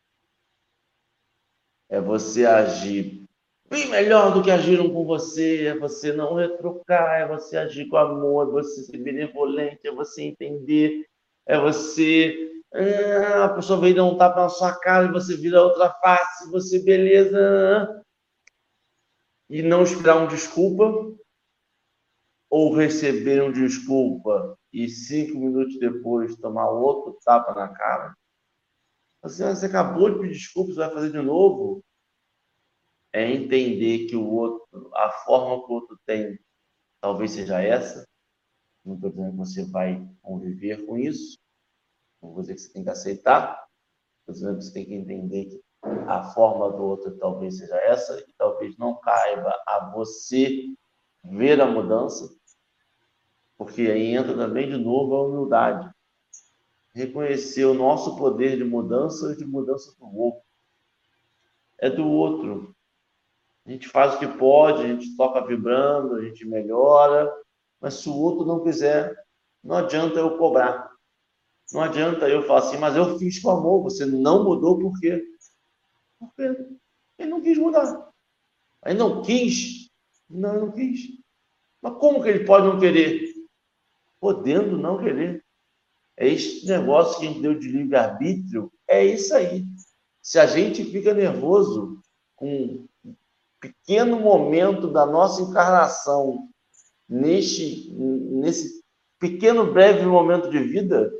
Speaker 2: É você agir bem melhor do que agiram com você, é você não retrucar, é você agir com amor, é você ser benevolente, é você entender, é você... Ah, a pessoa veio dar um tapa na sua cara e você vira outra face, você beleza... E não esperar um desculpa, ou receber um desculpa e cinco minutos depois tomar outro tapa na cara. Você, você acabou de pedir desculpa, você vai fazer de novo? É entender que o outro, a forma que o outro tem, talvez seja essa. Não estou dizendo que você vai conviver com isso. Não vou dizer que você tem que aceitar. Estou dizendo que você tem que entender que a forma do outro talvez seja essa e talvez não caiba a você ver a mudança, porque aí entra também de novo a humildade. Reconhecer o nosso poder de mudança e de mudança do outro. É do outro. A gente faz o que pode, a gente toca vibrando, a gente melhora, mas se o outro não quiser, não adianta eu cobrar. Não adianta eu falar assim, mas eu fiz com amor, você não mudou por quê? Porque ele não quis mudar. Aí não quis? Não, não quis. Mas como que ele pode não querer? Podendo não querer. É esse negócio que a gente deu de livre-arbítrio, é isso aí. Se a gente fica nervoso com um pequeno momento da nossa encarnação, neste, nesse pequeno, breve momento de vida,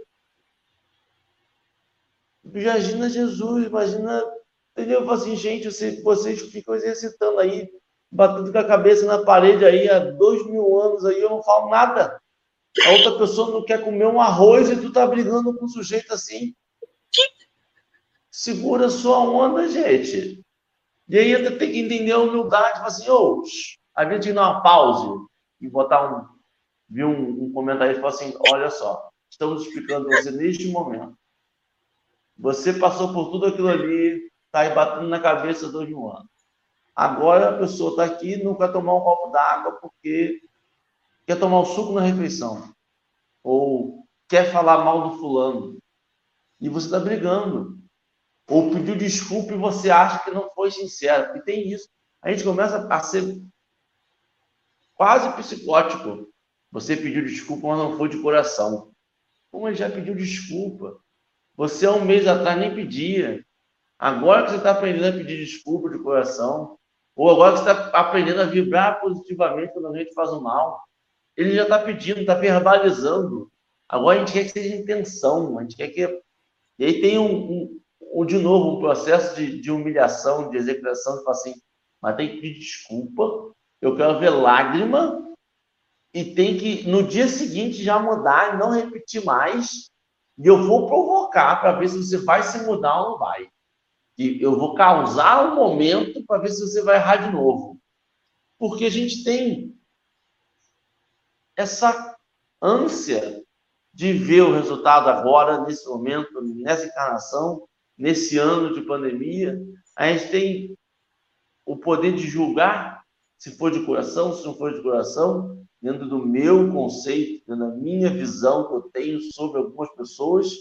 Speaker 2: imagina Jesus, imagina, entendeu? Eu falo assim, gente, vocês, vocês ficam exercitando aí, batendo com a cabeça na parede aí há dois mil anos aí, eu não falo nada. A outra pessoa não quer comer um arroz e tu tá brigando com um sujeito assim. Segura sua onda, gente. E aí ainda tem que entender a humildade, falar assim, ô, às vezes tem que dar uma pausa e botar um, vir um, um comentário e falar assim, olha só, estamos explicando para você neste momento. Você passou por tudo aquilo ali, tá aí batendo na cabeça dois mil anos. Agora a pessoa está aqui e não quer tomar um copo d'água porque quer tomar um suco na refeição. Ou quer falar mal do fulano. E você está brigando. Ou pediu desculpa e você acha que não foi sincero. E tem isso. A gente começa a ser quase psicótico. Você pediu desculpa, mas não foi de coração. Como ele já pediu desculpa? Você há um mês atrás nem pedia. Agora que você está aprendendo a pedir desculpa de coração, ou agora que você está aprendendo a vibrar positivamente quando a gente faz o mal, ele já está pedindo, está verbalizando. Agora a gente quer que seja intenção, a gente quer que... E aí tem um, um, um de novo, um processo de, de humilhação, de execração, que fala assim, mas tem que pedir desculpa, eu quero ver lágrima, e tem que, no dia seguinte, já mudar e não repetir mais, e eu vou provocar para ver se você vai se mudar ou não vai. E eu vou causar um momento para ver se você vai errar de novo. Porque a gente tem essa ânsia de ver o resultado agora, nesse momento, nessa encarnação, nesse ano de pandemia. A gente tem o poder de julgar se for de coração, se não for de coração, dentro do meu conceito, dentro da minha visão que eu tenho sobre algumas pessoas.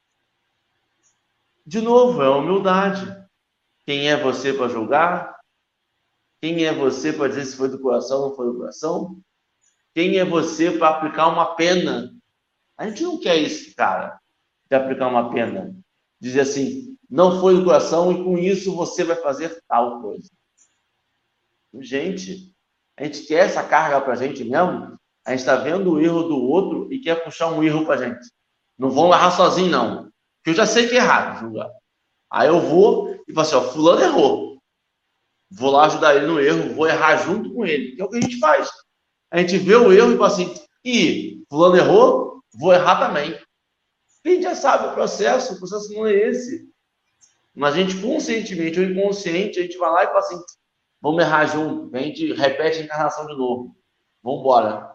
Speaker 2: De novo, é a humildade. Quem é você para julgar? Quem é você para dizer se foi do coração ou não foi do coração? Quem é você para aplicar uma pena? A gente não quer isso, cara, de aplicar uma pena. Dizer assim, não foi do coração e com isso você vai fazer tal coisa. Gente, a gente quer essa carga para a gente mesmo? A gente está vendo o erro do outro e quer puxar um erro para a gente. Não vão errar sozinho, não. Porque eu já sei que é errado julgar. Aí eu vou e falo assim, ó, fulano errou. Vou lá ajudar ele no erro, vou errar junto com ele. Que é o que a gente faz. A gente vê o erro e fala assim, ih, fulano errou, vou errar também. A gente já sabe o processo, o processo não é esse. Mas a gente, conscientemente ou inconsciente, a gente vai lá e fala assim, vamos errar junto. A gente repete a encarnação de novo. Vamos embora.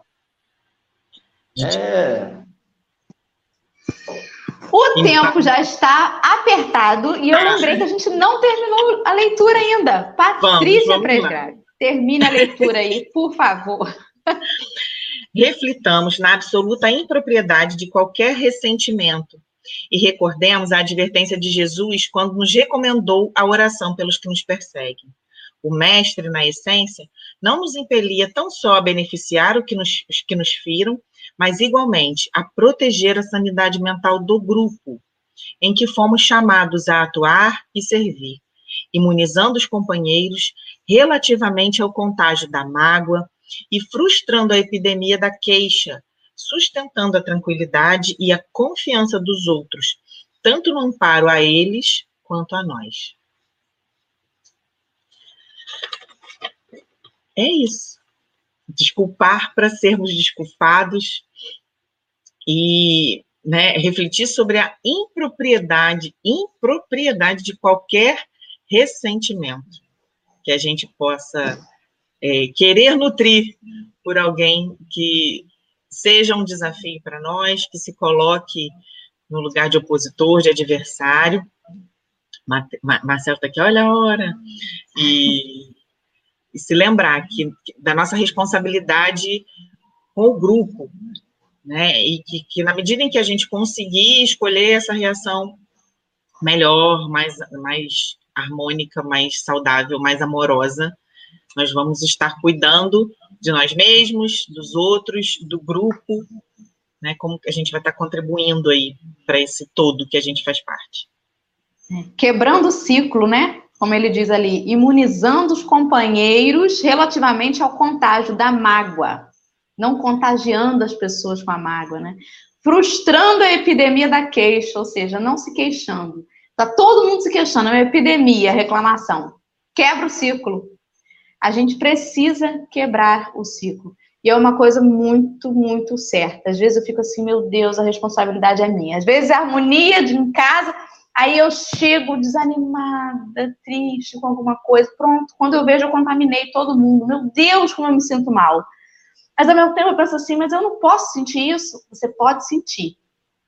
Speaker 2: É...
Speaker 1: O tempo já está apertado e eu lembrei que a gente não terminou a leitura ainda. Patrícia Presgrave, termina a leitura aí, por favor.
Speaker 3: Reflitamos na absoluta impropriedade de qualquer ressentimento e recordemos a advertência de Jesus quando nos recomendou a oração pelos que nos perseguem. O mestre, na essência, não nos impelia tão só a beneficiar o que nos, os que nos firam, mas igualmente a proteger a sanidade mental do grupo, em que fomos chamados a atuar e servir, imunizando os companheiros relativamente ao contágio da mágoa e frustrando a epidemia da queixa, sustentando a tranquilidade e a confiança dos outros, tanto no amparo a eles quanto a nós. É isso. Desculpar para sermos desculpados e, né, refletir sobre a impropriedade, impropriedade de qualquer ressentimento que a gente possa é, querer nutrir por alguém que seja um desafio para nós, que se coloque no lugar de opositor, de adversário. Marcelo está aqui, olha a hora. E, e se lembrar que, da nossa responsabilidade com o grupo, né? E que, que na medida em que a gente conseguir escolher essa reação melhor, mais, mais harmônica, mais saudável, mais amorosa, nós vamos estar cuidando de nós mesmos, dos outros, do grupo, né? Como que a gente vai estar contribuindo aí para esse todo que a gente faz parte.
Speaker 1: Quebrando o ciclo, né? Como ele diz ali, imunizando os companheiros relativamente ao contágio da mágoa, não contagiando as pessoas com a mágoa, né? Frustrando a epidemia da queixa, ou seja, não se queixando. Tá todo mundo se queixando, é uma epidemia, reclamação. Quebra o ciclo. A gente precisa quebrar o ciclo. E é uma coisa muito, muito certa. Às vezes eu fico assim, meu Deus, a responsabilidade é minha. Às vezes a harmonia de em casa, aí eu chego desanimada, triste com alguma coisa. Pronto, quando eu vejo eu contaminei todo mundo. Meu Deus, como eu me sinto mal. Mas ao mesmo tempo eu penso assim, mas eu não posso sentir isso. Você pode sentir.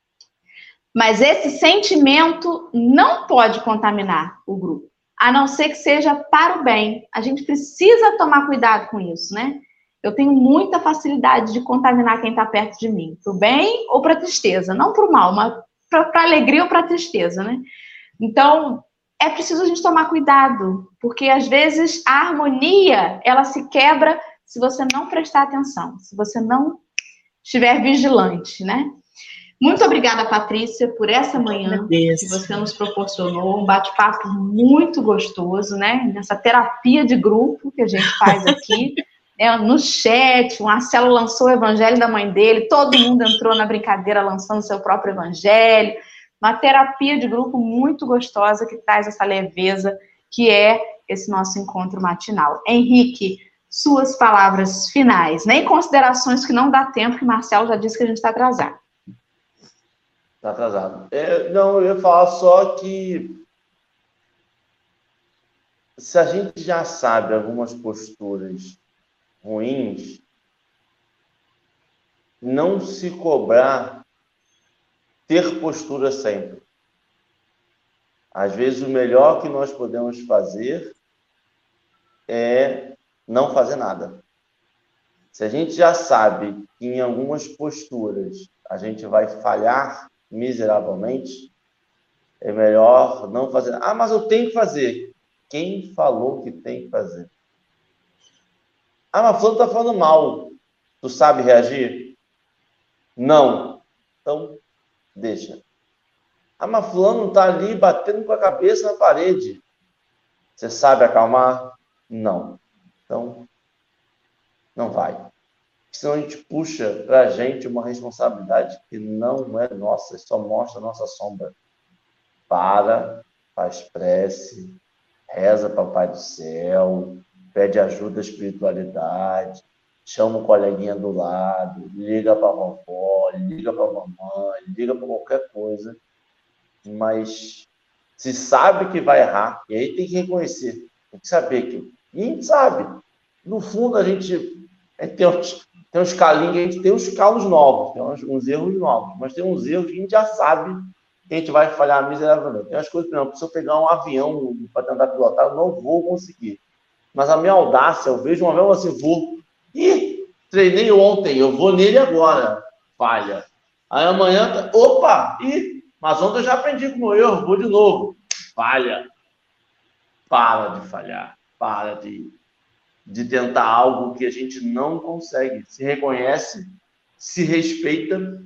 Speaker 1: Mas esse sentimento não pode contaminar o grupo. A não ser que seja para o bem. A gente precisa tomar cuidado com isso, né? Eu tenho muita facilidade de contaminar quem está perto de mim. Para o bem ou para a tristeza. Não para o mal, mas para a alegria ou para a tristeza, né? Então, é preciso a gente tomar cuidado. Porque, às vezes, a harmonia, ela se quebra se você não prestar atenção. Se você não estiver vigilante, né? Muito obrigada, Patrícia, por essa manhã que você nos proporcionou, um bate-papo muito gostoso, né? Nessa terapia de grupo que a gente faz aqui, né? No chat, o Marcelo lançou o evangelho da mãe dele, todo mundo entrou na brincadeira lançando seu próprio evangelho, uma terapia de grupo muito gostosa que traz essa leveza, que é esse nosso encontro matinal. Henrique, suas palavras finais, nem considerações que não dá tempo, que Marcelo já disse que a gente está atrasado.
Speaker 2: Está atrasado. É, não, eu ia falar só que se a gente já sabe algumas posturas ruins, não se cobrar ter postura sempre. Às vezes, o melhor que nós podemos fazer é não fazer nada. Se a gente já sabe que em algumas posturas a gente vai falhar miseravelmente, é melhor não fazer. Ah, mas eu tenho que fazer. Quem falou que tem que fazer? Ah, mas fulano está falando mal. Tu sabe reagir? Não. Então, deixa. Ah, mas fulano está ali batendo com a cabeça na parede. Você sabe acalmar? Não. Então, não vai. Senão a gente puxa para a gente uma responsabilidade que não é nossa, só mostra a nossa sombra. Para, faz prece, reza para o Pai do Céu, pede ajuda à espiritualidade, chama um coleguinha do lado, liga para a vovó, liga para a mamãe, liga para qualquer coisa, mas se sabe que vai errar, e aí tem que reconhecer, tem que saber que... E a gente sabe, no fundo a gente é, tem, uns, tem uns calinhos, a gente tem uns calos novos, tem uns, uns erros novos, mas tem uns erros que a gente já sabe que a gente vai falhar miseravelmente. Tem umas coisas, por exemplo, se eu pegar um avião para tentar pilotar, eu não vou conseguir. Mas a minha audácia, eu vejo um avião assim, vou. Ih, treinei ontem, eu vou nele agora. Falha. Aí amanhã, opa, ih, mas ontem eu já aprendi com o meu erro, vou de novo. Falha. Para de falhar. Para de, de tentar algo que a gente não consegue. Se reconhece, se respeita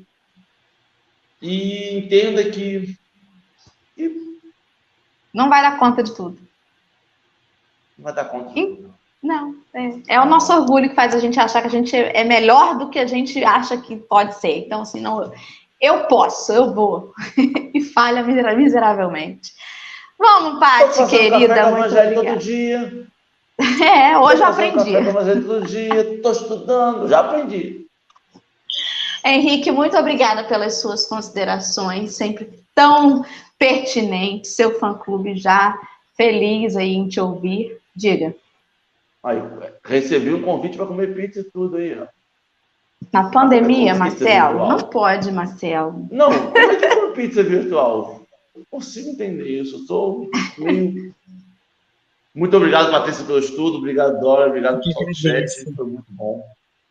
Speaker 2: e entenda que, que
Speaker 1: não vai dar conta de tudo.
Speaker 2: Não vai dar conta de tudo.
Speaker 1: Não, é, é o nosso orgulho que faz a gente achar que a gente é melhor do que a gente acha que pode ser. Então, assim, não, eu posso, eu vou. E falha miseravelmente. Vamos, Paty, querida. Muito obrigada.
Speaker 2: Todo dia.
Speaker 1: É, hoje eu aprendi.
Speaker 2: Café com evangelho todo dia, estou estudando, já aprendi.
Speaker 1: Henrique, muito obrigada pelas suas considerações, sempre tão pertinentes. Seu fã-clube já feliz aí em te ouvir. Diga.
Speaker 2: Aí, recebi um convite para comer pizza e tudo aí, ó.
Speaker 1: Na pandemia, Marcelo? Não pode, Marcelo.
Speaker 2: Não, como é que é uma pizza virtual? Não consigo entender isso. Eu sou meio... Muito obrigado, Patrícia, pelo estudo. Obrigado, Dora. Obrigado pelo chat. Foi muito bom.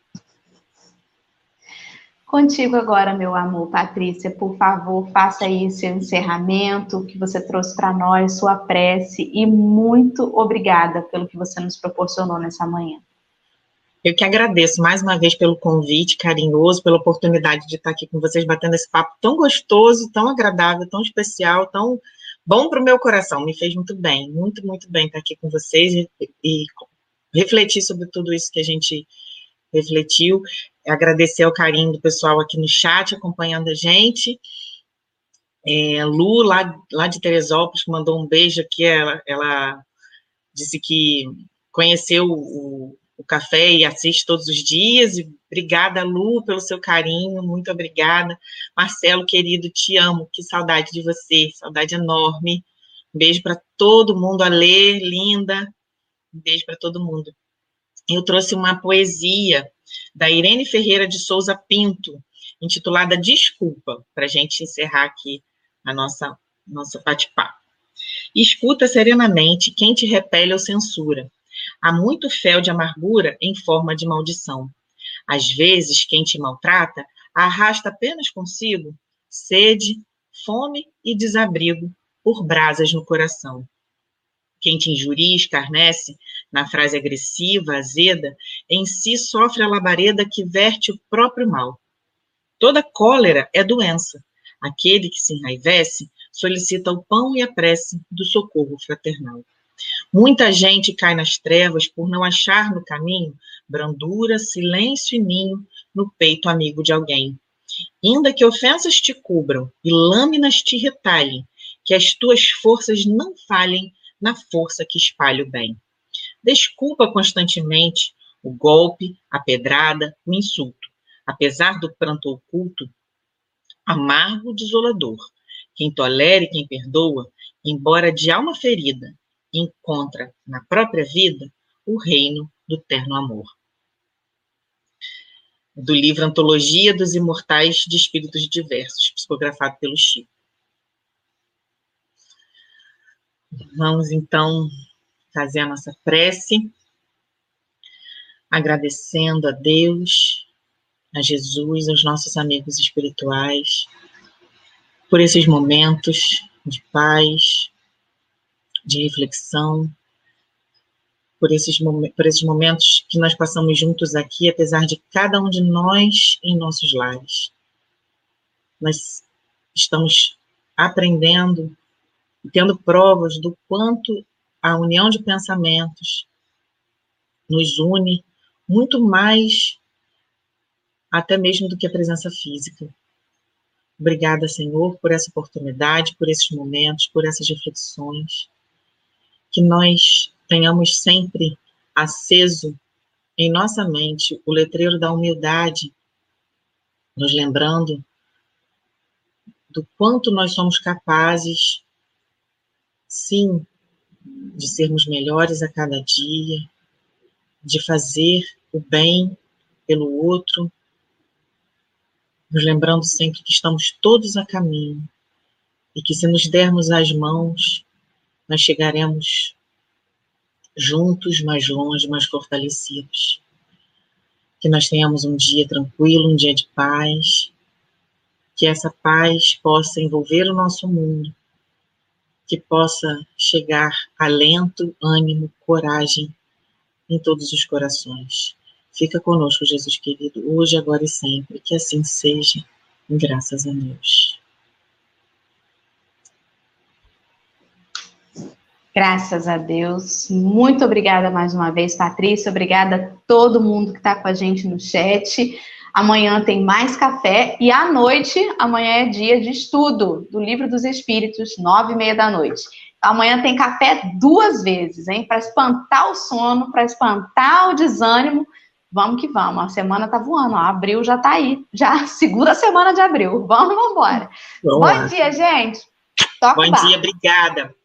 Speaker 1: Contigo agora, meu amor. Patrícia, por favor, faça aí seu encerramento que você trouxe para nós, sua prece, e muito obrigada pelo que você nos proporcionou nessa manhã.
Speaker 3: Eu que agradeço mais uma vez pelo convite carinhoso, pela oportunidade de estar aqui com vocês, batendo esse papo tão gostoso, tão agradável, tão especial, tão bom para o meu coração. Me fez muito bem, muito, muito bem estar aqui com vocês e, e refletir sobre tudo isso que a gente refletiu. Agradecer o carinho do pessoal aqui no chat, acompanhando a gente. É, Lu, lá, lá de Teresópolis, que mandou um beijo aqui, ela, ela disse que conheceu o, o café e assiste todos os dias. E obrigada, Lu, pelo seu carinho, muito obrigada. Marcelo, querido, te amo, que saudade de você, saudade enorme. Um beijo para todo mundo, a Lê, linda, um beijo para todo mundo. Eu trouxe uma poesia da Irene Ferreira de Souza Pinto, intitulada Desculpa, para a gente encerrar aqui a nossa, nossa bate-papo. Escuta serenamente quem te repele ou censura. Há muito fel de amargura em forma de maldição. Às vezes, quem te maltrata arrasta apenas consigo sede, fome e desabrigo por brasas no coração. Quem te injuria e escarnece, na frase agressiva, azeda, em si sofre a labareda que verte o próprio mal. Toda cólera é doença. Aquele que se enraivece solicita o pão e a prece do socorro fraternal. Muita gente cai nas trevas por não achar no caminho brandura, silêncio e ninho no peito amigo de alguém. Ainda que ofensas te cubram e lâminas te retalhem, que as tuas forças não falhem na força que espalha o bem. Desculpa constantemente o golpe, a pedrada, o insulto, apesar do pranto oculto, amargo, desolador. Quem tolera e quem perdoa, embora de alma ferida, encontra na própria vida o reino do terno amor. Do livro Antologia dos Imortais de Espíritos Diversos, psicografado pelo Chico. Vamos, então, fazer a nossa prece, agradecendo a Deus, a Jesus, aos nossos amigos espirituais, por esses momentos de paz, de reflexão, por esses, por esses momentos que nós passamos juntos aqui, apesar de cada um de nós em nossos lares. Nós estamos aprendendo e tendo provas do quanto a união de pensamentos nos une muito mais até mesmo do que a presença física. Obrigada, Senhor, por essa oportunidade, por esses momentos, por essas reflexões. Que nós tenhamos sempre aceso em nossa mente o letreiro da humildade, nos lembrando do quanto nós somos capazes, sim, de sermos melhores a cada dia, de fazer o bem pelo outro, nos lembrando sempre que estamos todos a caminho e que se nos dermos as mãos, nós chegaremos juntos, mais longe, mais fortalecidos. Que nós tenhamos um dia tranquilo, um dia de paz, que essa paz possa envolver o nosso mundo, que possa chegar alento, ânimo, coragem em todos os corações. Fica conosco, Jesus querido, hoje, agora e sempre, que assim seja, graças a Deus.
Speaker 1: Graças a Deus. Muito obrigada mais uma vez, Patrícia. Obrigada a todo mundo que está com a gente no chat. Amanhã tem mais café e à noite, amanhã é dia de estudo do Livro dos Espíritos, nove e meia da noite. Amanhã tem café duas vezes, hein? Para espantar o sono, para espantar o desânimo. Vamos que vamos. A semana tá voando, ó. Abril já tá aí. Já segunda semana de abril. Vamos embora. Bom dia, gente. Toca
Speaker 3: Bom dia, obrigada.